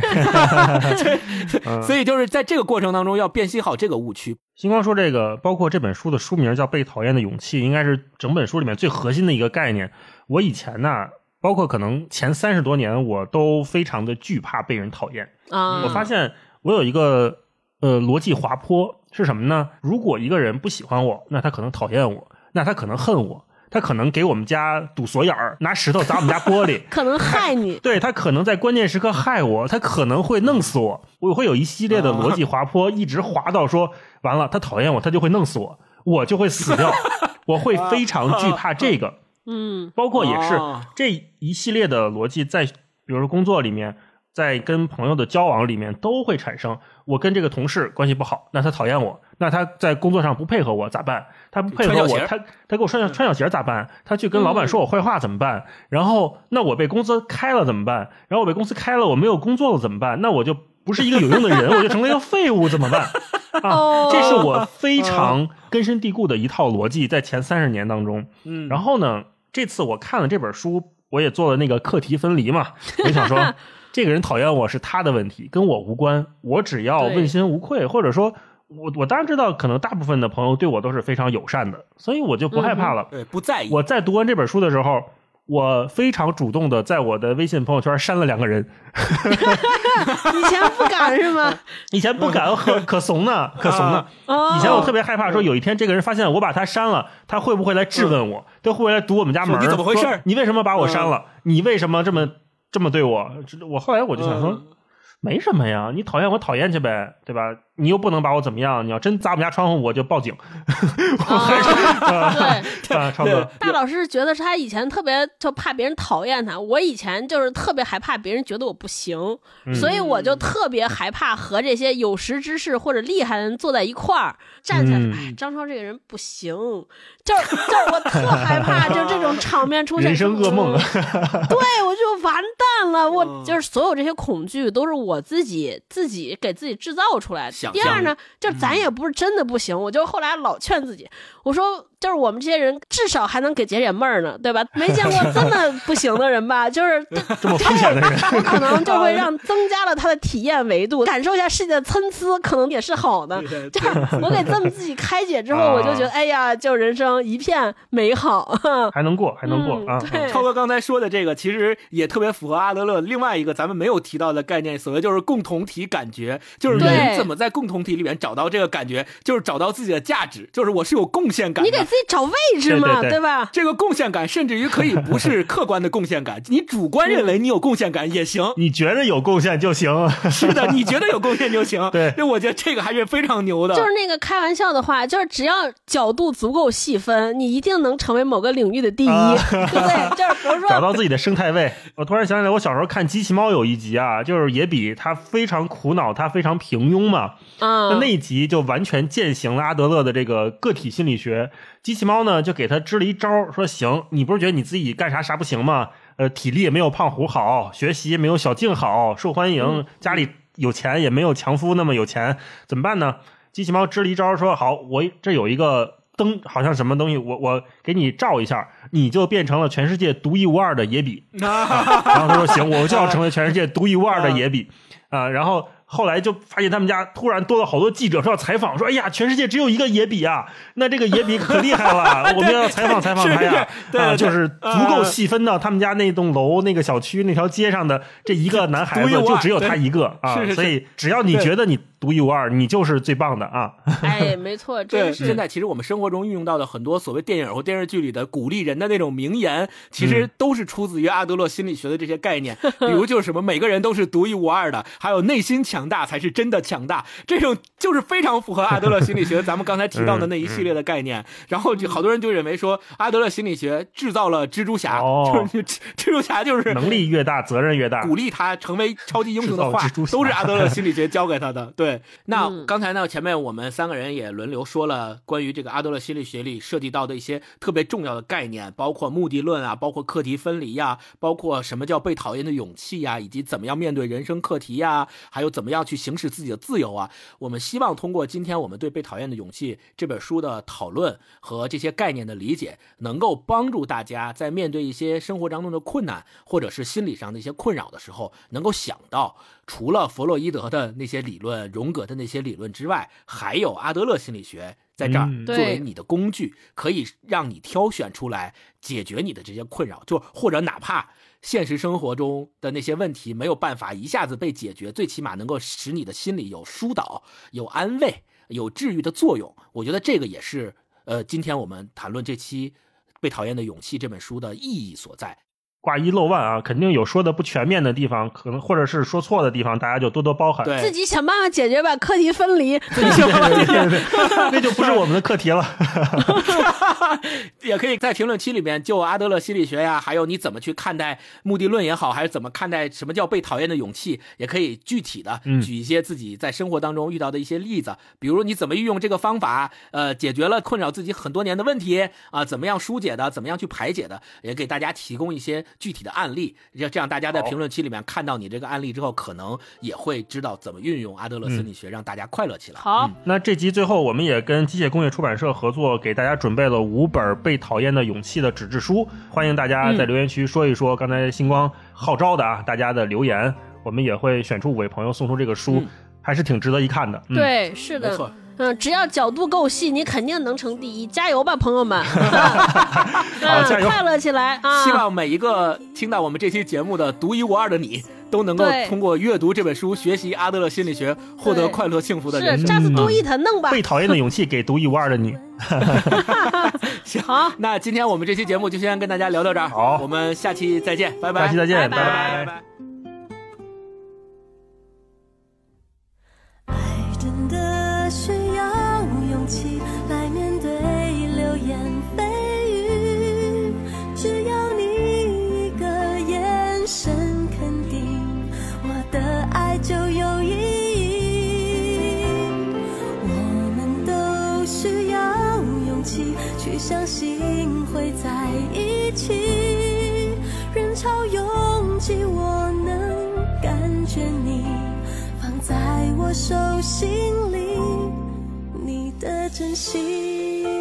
所以就是在这个过程当中要辨析好这个误区。 星光说这个包括这本书的书名叫《被讨厌的勇气》，应该是整本书里面最核心的一个概念。我以前呢，包括可能前三十多年，我都非常的惧怕被人讨厌啊。我发现我有一个呃逻辑滑坡是什么呢？如果一个人不喜欢我，那他可能讨厌我，那他可能恨我，他可能给我们家堵锁眼儿，拿石头砸我们家玻璃， 可能害你。 对，他可能在关键时刻害我，他可能会弄死我。我会有一系列的逻辑滑坡，一直滑到说完了，他讨厌我，他就会弄死我，我就会死掉。我会非常惧怕这个。 嗯， 包括也是这一系列的逻辑，在比如说工作里面，在跟朋友的交往里面都会产生。我跟这个同事关系不好，那他讨厌我，那他在工作上不配合我咋办？他不配合我，他他给我穿穿小鞋咋办？他去跟老板说我坏话怎么办？然后那我被公司开了怎么办？然后我被公司开了，我没有工作了怎么办？那我就不是一个有用的人，我就成了一个废物怎么办？啊，这是我非常根深蒂固的一套逻辑，在前三十年当中。嗯，然后呢，这次我看了这本书，我也做了那个课题分离嘛，我想说这个人讨厌我是他的问题，跟我无关，我只要问心无愧，或者说我我当然知道可能大部分的朋友对我都是非常友善的，所以我就不害怕了。 嗯、对，不在意。 我在读完这本书的时候，我非常主动的在我的微信朋友圈删了两个人。 以前不敢是吗？ 以前不敢，可可怂呢，可怂呢。以前我特别害怕说有一天这个人发现我把他删了，他会不会来质问我？他会不会来堵我们家门？ 你怎么回事？ 你为什么把我删了？你为什么这么这么对我？我后来我就想说，没什么呀，你讨厌我讨厌去呗，对吧？你又不能把我怎么样，你要真砸我们家窗户我就报警。我还是、 啊、 对啊，超哥， 大老师觉得他以前特别就怕别人讨厌他，我以前就是特别害怕别人觉得我不行、嗯、所以我就特别害怕和这些有识之士或者厉害的人坐在一块儿站起来、嗯、哎，张超这个人不行，就是就是我特害怕就这种场面出现， 人生噩梦、嗯、 对，我就完蛋了，我就是所有这些恐惧都是我自己自己给自己制造出来的。第二呢，就咱也不是真的不行、嗯、我就后来老劝自己，我说就是我们这些人至少还能给解解闷儿呢，对吧？没见过真的不行的人吧，就是这么肤浅的人， 不可能就会让增加了他的体验维度，感受一下世界的参差，可能也是好的。就是我给这么自己开解之后，我就觉得哎呀，就人生一片美好， 还能过，还能过、嗯、啊。 超哥刚才说的这个，其实也特别符合阿阿德勒另外一个咱们没有提到的概念，所谓就是共同体感觉，就是人怎么在共同体里面找到这个感觉，就是找到自己的价值，就是我是有贡献感的。 你给自己找位置嘛， 对, 对, 对, 对吧？ 这个贡献感甚至于可以不是客观的贡献感，你主观认为你有贡献感也行， 你觉得有贡献就行。 是的，你觉得有贡献就行。 对， 我觉得这个还是非常牛的。 就是那个开玩笑的话，就是只要角度足够细分，你一定能成为某个领域的第一，啊、对不对？就是比如说找到自己的生态位。我突然想起来，我小时候看机器猫有一集啊，就是野比他非常苦恼，他非常平庸嘛。 啊、 嗯，那一集就完全践行了阿德勒的这个个体心理学。机器猫呢就给他支了一招，说行，你不是觉得你自己干啥啥不行吗？呃，体力也没有胖虎好，学习也没有小静好，受欢迎，嗯、家里有钱也没有强夫那么有钱，怎么办呢？机器猫支了一招，说好，我这有一个灯，好像什么东西，我我给你照一下，你就变成了全世界独一无二的野比。啊、然后他说行，我就要成为全世界独一无二的野比啊。然后后来就发现他们家突然多了好多记者说要采访，说哎呀，全世界只有一个野比啊，那这个野比可厉害了，我们要采访采访他呀。 对， 啊，就是足够细分到他们家那栋楼、那个小区、那条街上的这一个男孩子，就只有他一个啊。所以只要你觉得你独一无二，你就是最棒的啊。 哎，没错，真是。 现在其实我们生活中运用到的很多所谓电影或电视剧里的鼓励人的那种名言，其实都是出自于阿德勒心理学的这些概念。比如就是什么每个人都是独一无二的，还有内心强大才是真的强大，这种就是非常符合阿德勒心理学咱们刚才提到的那一系列的概念。然后就好多人就认为说阿德勒心理学制造了蜘蛛侠，哦、就是蜘蛛侠就是能力越大责任越大， 鼓励他成为超级英雄的话都是阿德勒心理学教给他的。对，那刚才呢前面我们三个人也轮流说了关于这个阿德勒心理学里涉及到的一些特别重要的概念，包括目的论啊，包括课题分离呀，包括什么叫被讨厌的勇气呀，以及怎么样面对人生课题呀，还有怎么样去行使自己的自由啊。我们希望通过今天我们对被讨厌的勇气这本书的讨论和这些概念的理解，能够帮助大家在面对一些生活当中的困难或者是心理上的一些困扰的时候，能够想到除了弗洛伊德的那些理论、荣格的那些理论之外，还有阿德勒心理学在这儿作为你的工具，可以让你挑选出来解决你的这些困扰，就或者哪怕现实生活中的那些问题没有办法一下子被解决，最起码能够使你的心里有疏导、有安慰、有治愈的作用。我觉得这个也是呃，今天我们谈论这期《被讨厌的勇气》这本书的意义所在。 挂一漏万啊，肯定有说的不全面的地方，可能或者是说错的地方，大家就多多包涵。 对， 自己想办法解决吧，课题分离， 自己想办法解决， 那就不是我们的课题了。 也可以在评论区里面就阿德勒心理学呀，还有你怎么去看待目的论也好，还是怎么看待什么叫被讨厌的勇气，也可以具体的举一些自己在生活当中遇到的一些例子，嗯、比如你怎么运用这个方法，呃，解决了困扰自己很多年的问题啊、呃，怎么样疏解的，怎么样去排解的，也给大家提供一些具体的案例，这样大家在评论区里面看到你这个案例之后，可能也会知道怎么运用阿德勒心理学，让大家快乐起来。 好、 嗯， 那这集最后我们也跟机械工业出版社合作，给大家准备了五本被讨厌的勇气的纸质书，欢迎大家在留言区说一说刚才星光号召的啊，大家的留言，我们也会选出五位朋友送出这个书，嗯、还是挺值得一看的。 嗯、对，是的， 没错。 嗯，只要角度够细，你肯定能成第一，加油吧，朋友们！ 好，加油， 快乐起来啊！ 希望每一个听到我们这期节目的独一无二的你，都能够通过阅读这本书，学习阿德勒心理学，获得快乐幸福的人生。 是，just do it，弄吧！ 被讨厌的勇气给独一无二的你。 行，好，那今天我们这期节目就先跟大家聊到这儿， 好， 我们下期再见，拜拜。 下期再见， 拜拜。 拜拜拜拜。 爱真的需要勇气来面对流言蜚语，只要你一个眼神肯定，我的爱就有意义。我们都需要勇气去相信会在一起，人潮拥挤我能感觉你放在我手心里，你的真心。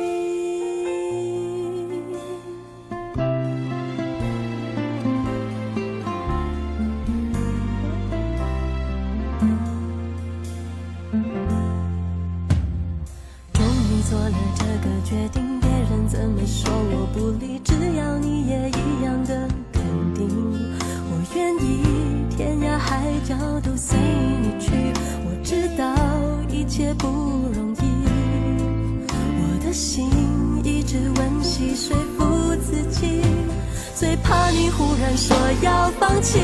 终于做了这个决定，别人怎么说我不理，只要你也一样的肯定，我愿意角都随你去。我知道一切不容易，我的心一直温习说服自己，最怕你忽然说要放弃。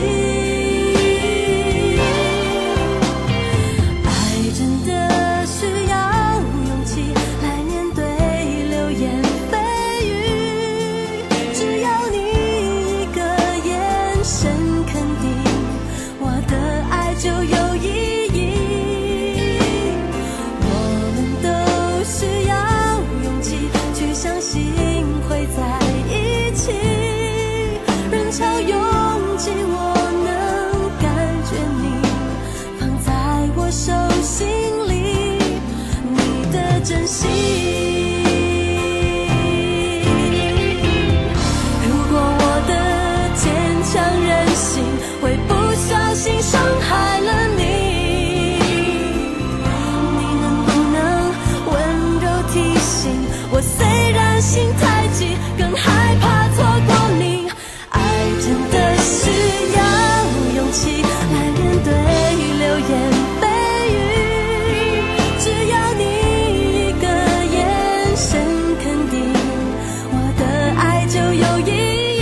爱真的需要勇气来面对流言蜚语，只要你一个眼神肯定，我的爱就有意义。我们都需要勇气去相信会在一起，人潮拥挤我能感觉你放在我手心里，你的真心。如果我的坚强任性会不小心伤害了你，你能不能温柔提醒我，虽然心太急更害怕错过你。爱真的需要勇气来面对流言蜚语，只要你一个眼神肯定，我的爱就有意义。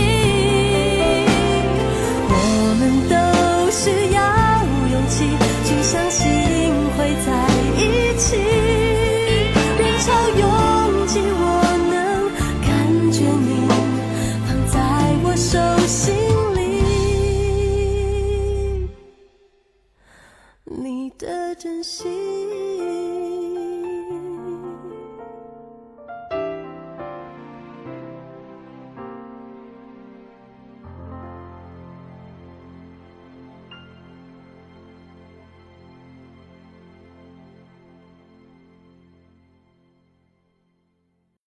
我们都需要勇气去相信会在一起，人潮拥挤我能感觉你放在我手心里，你的真心。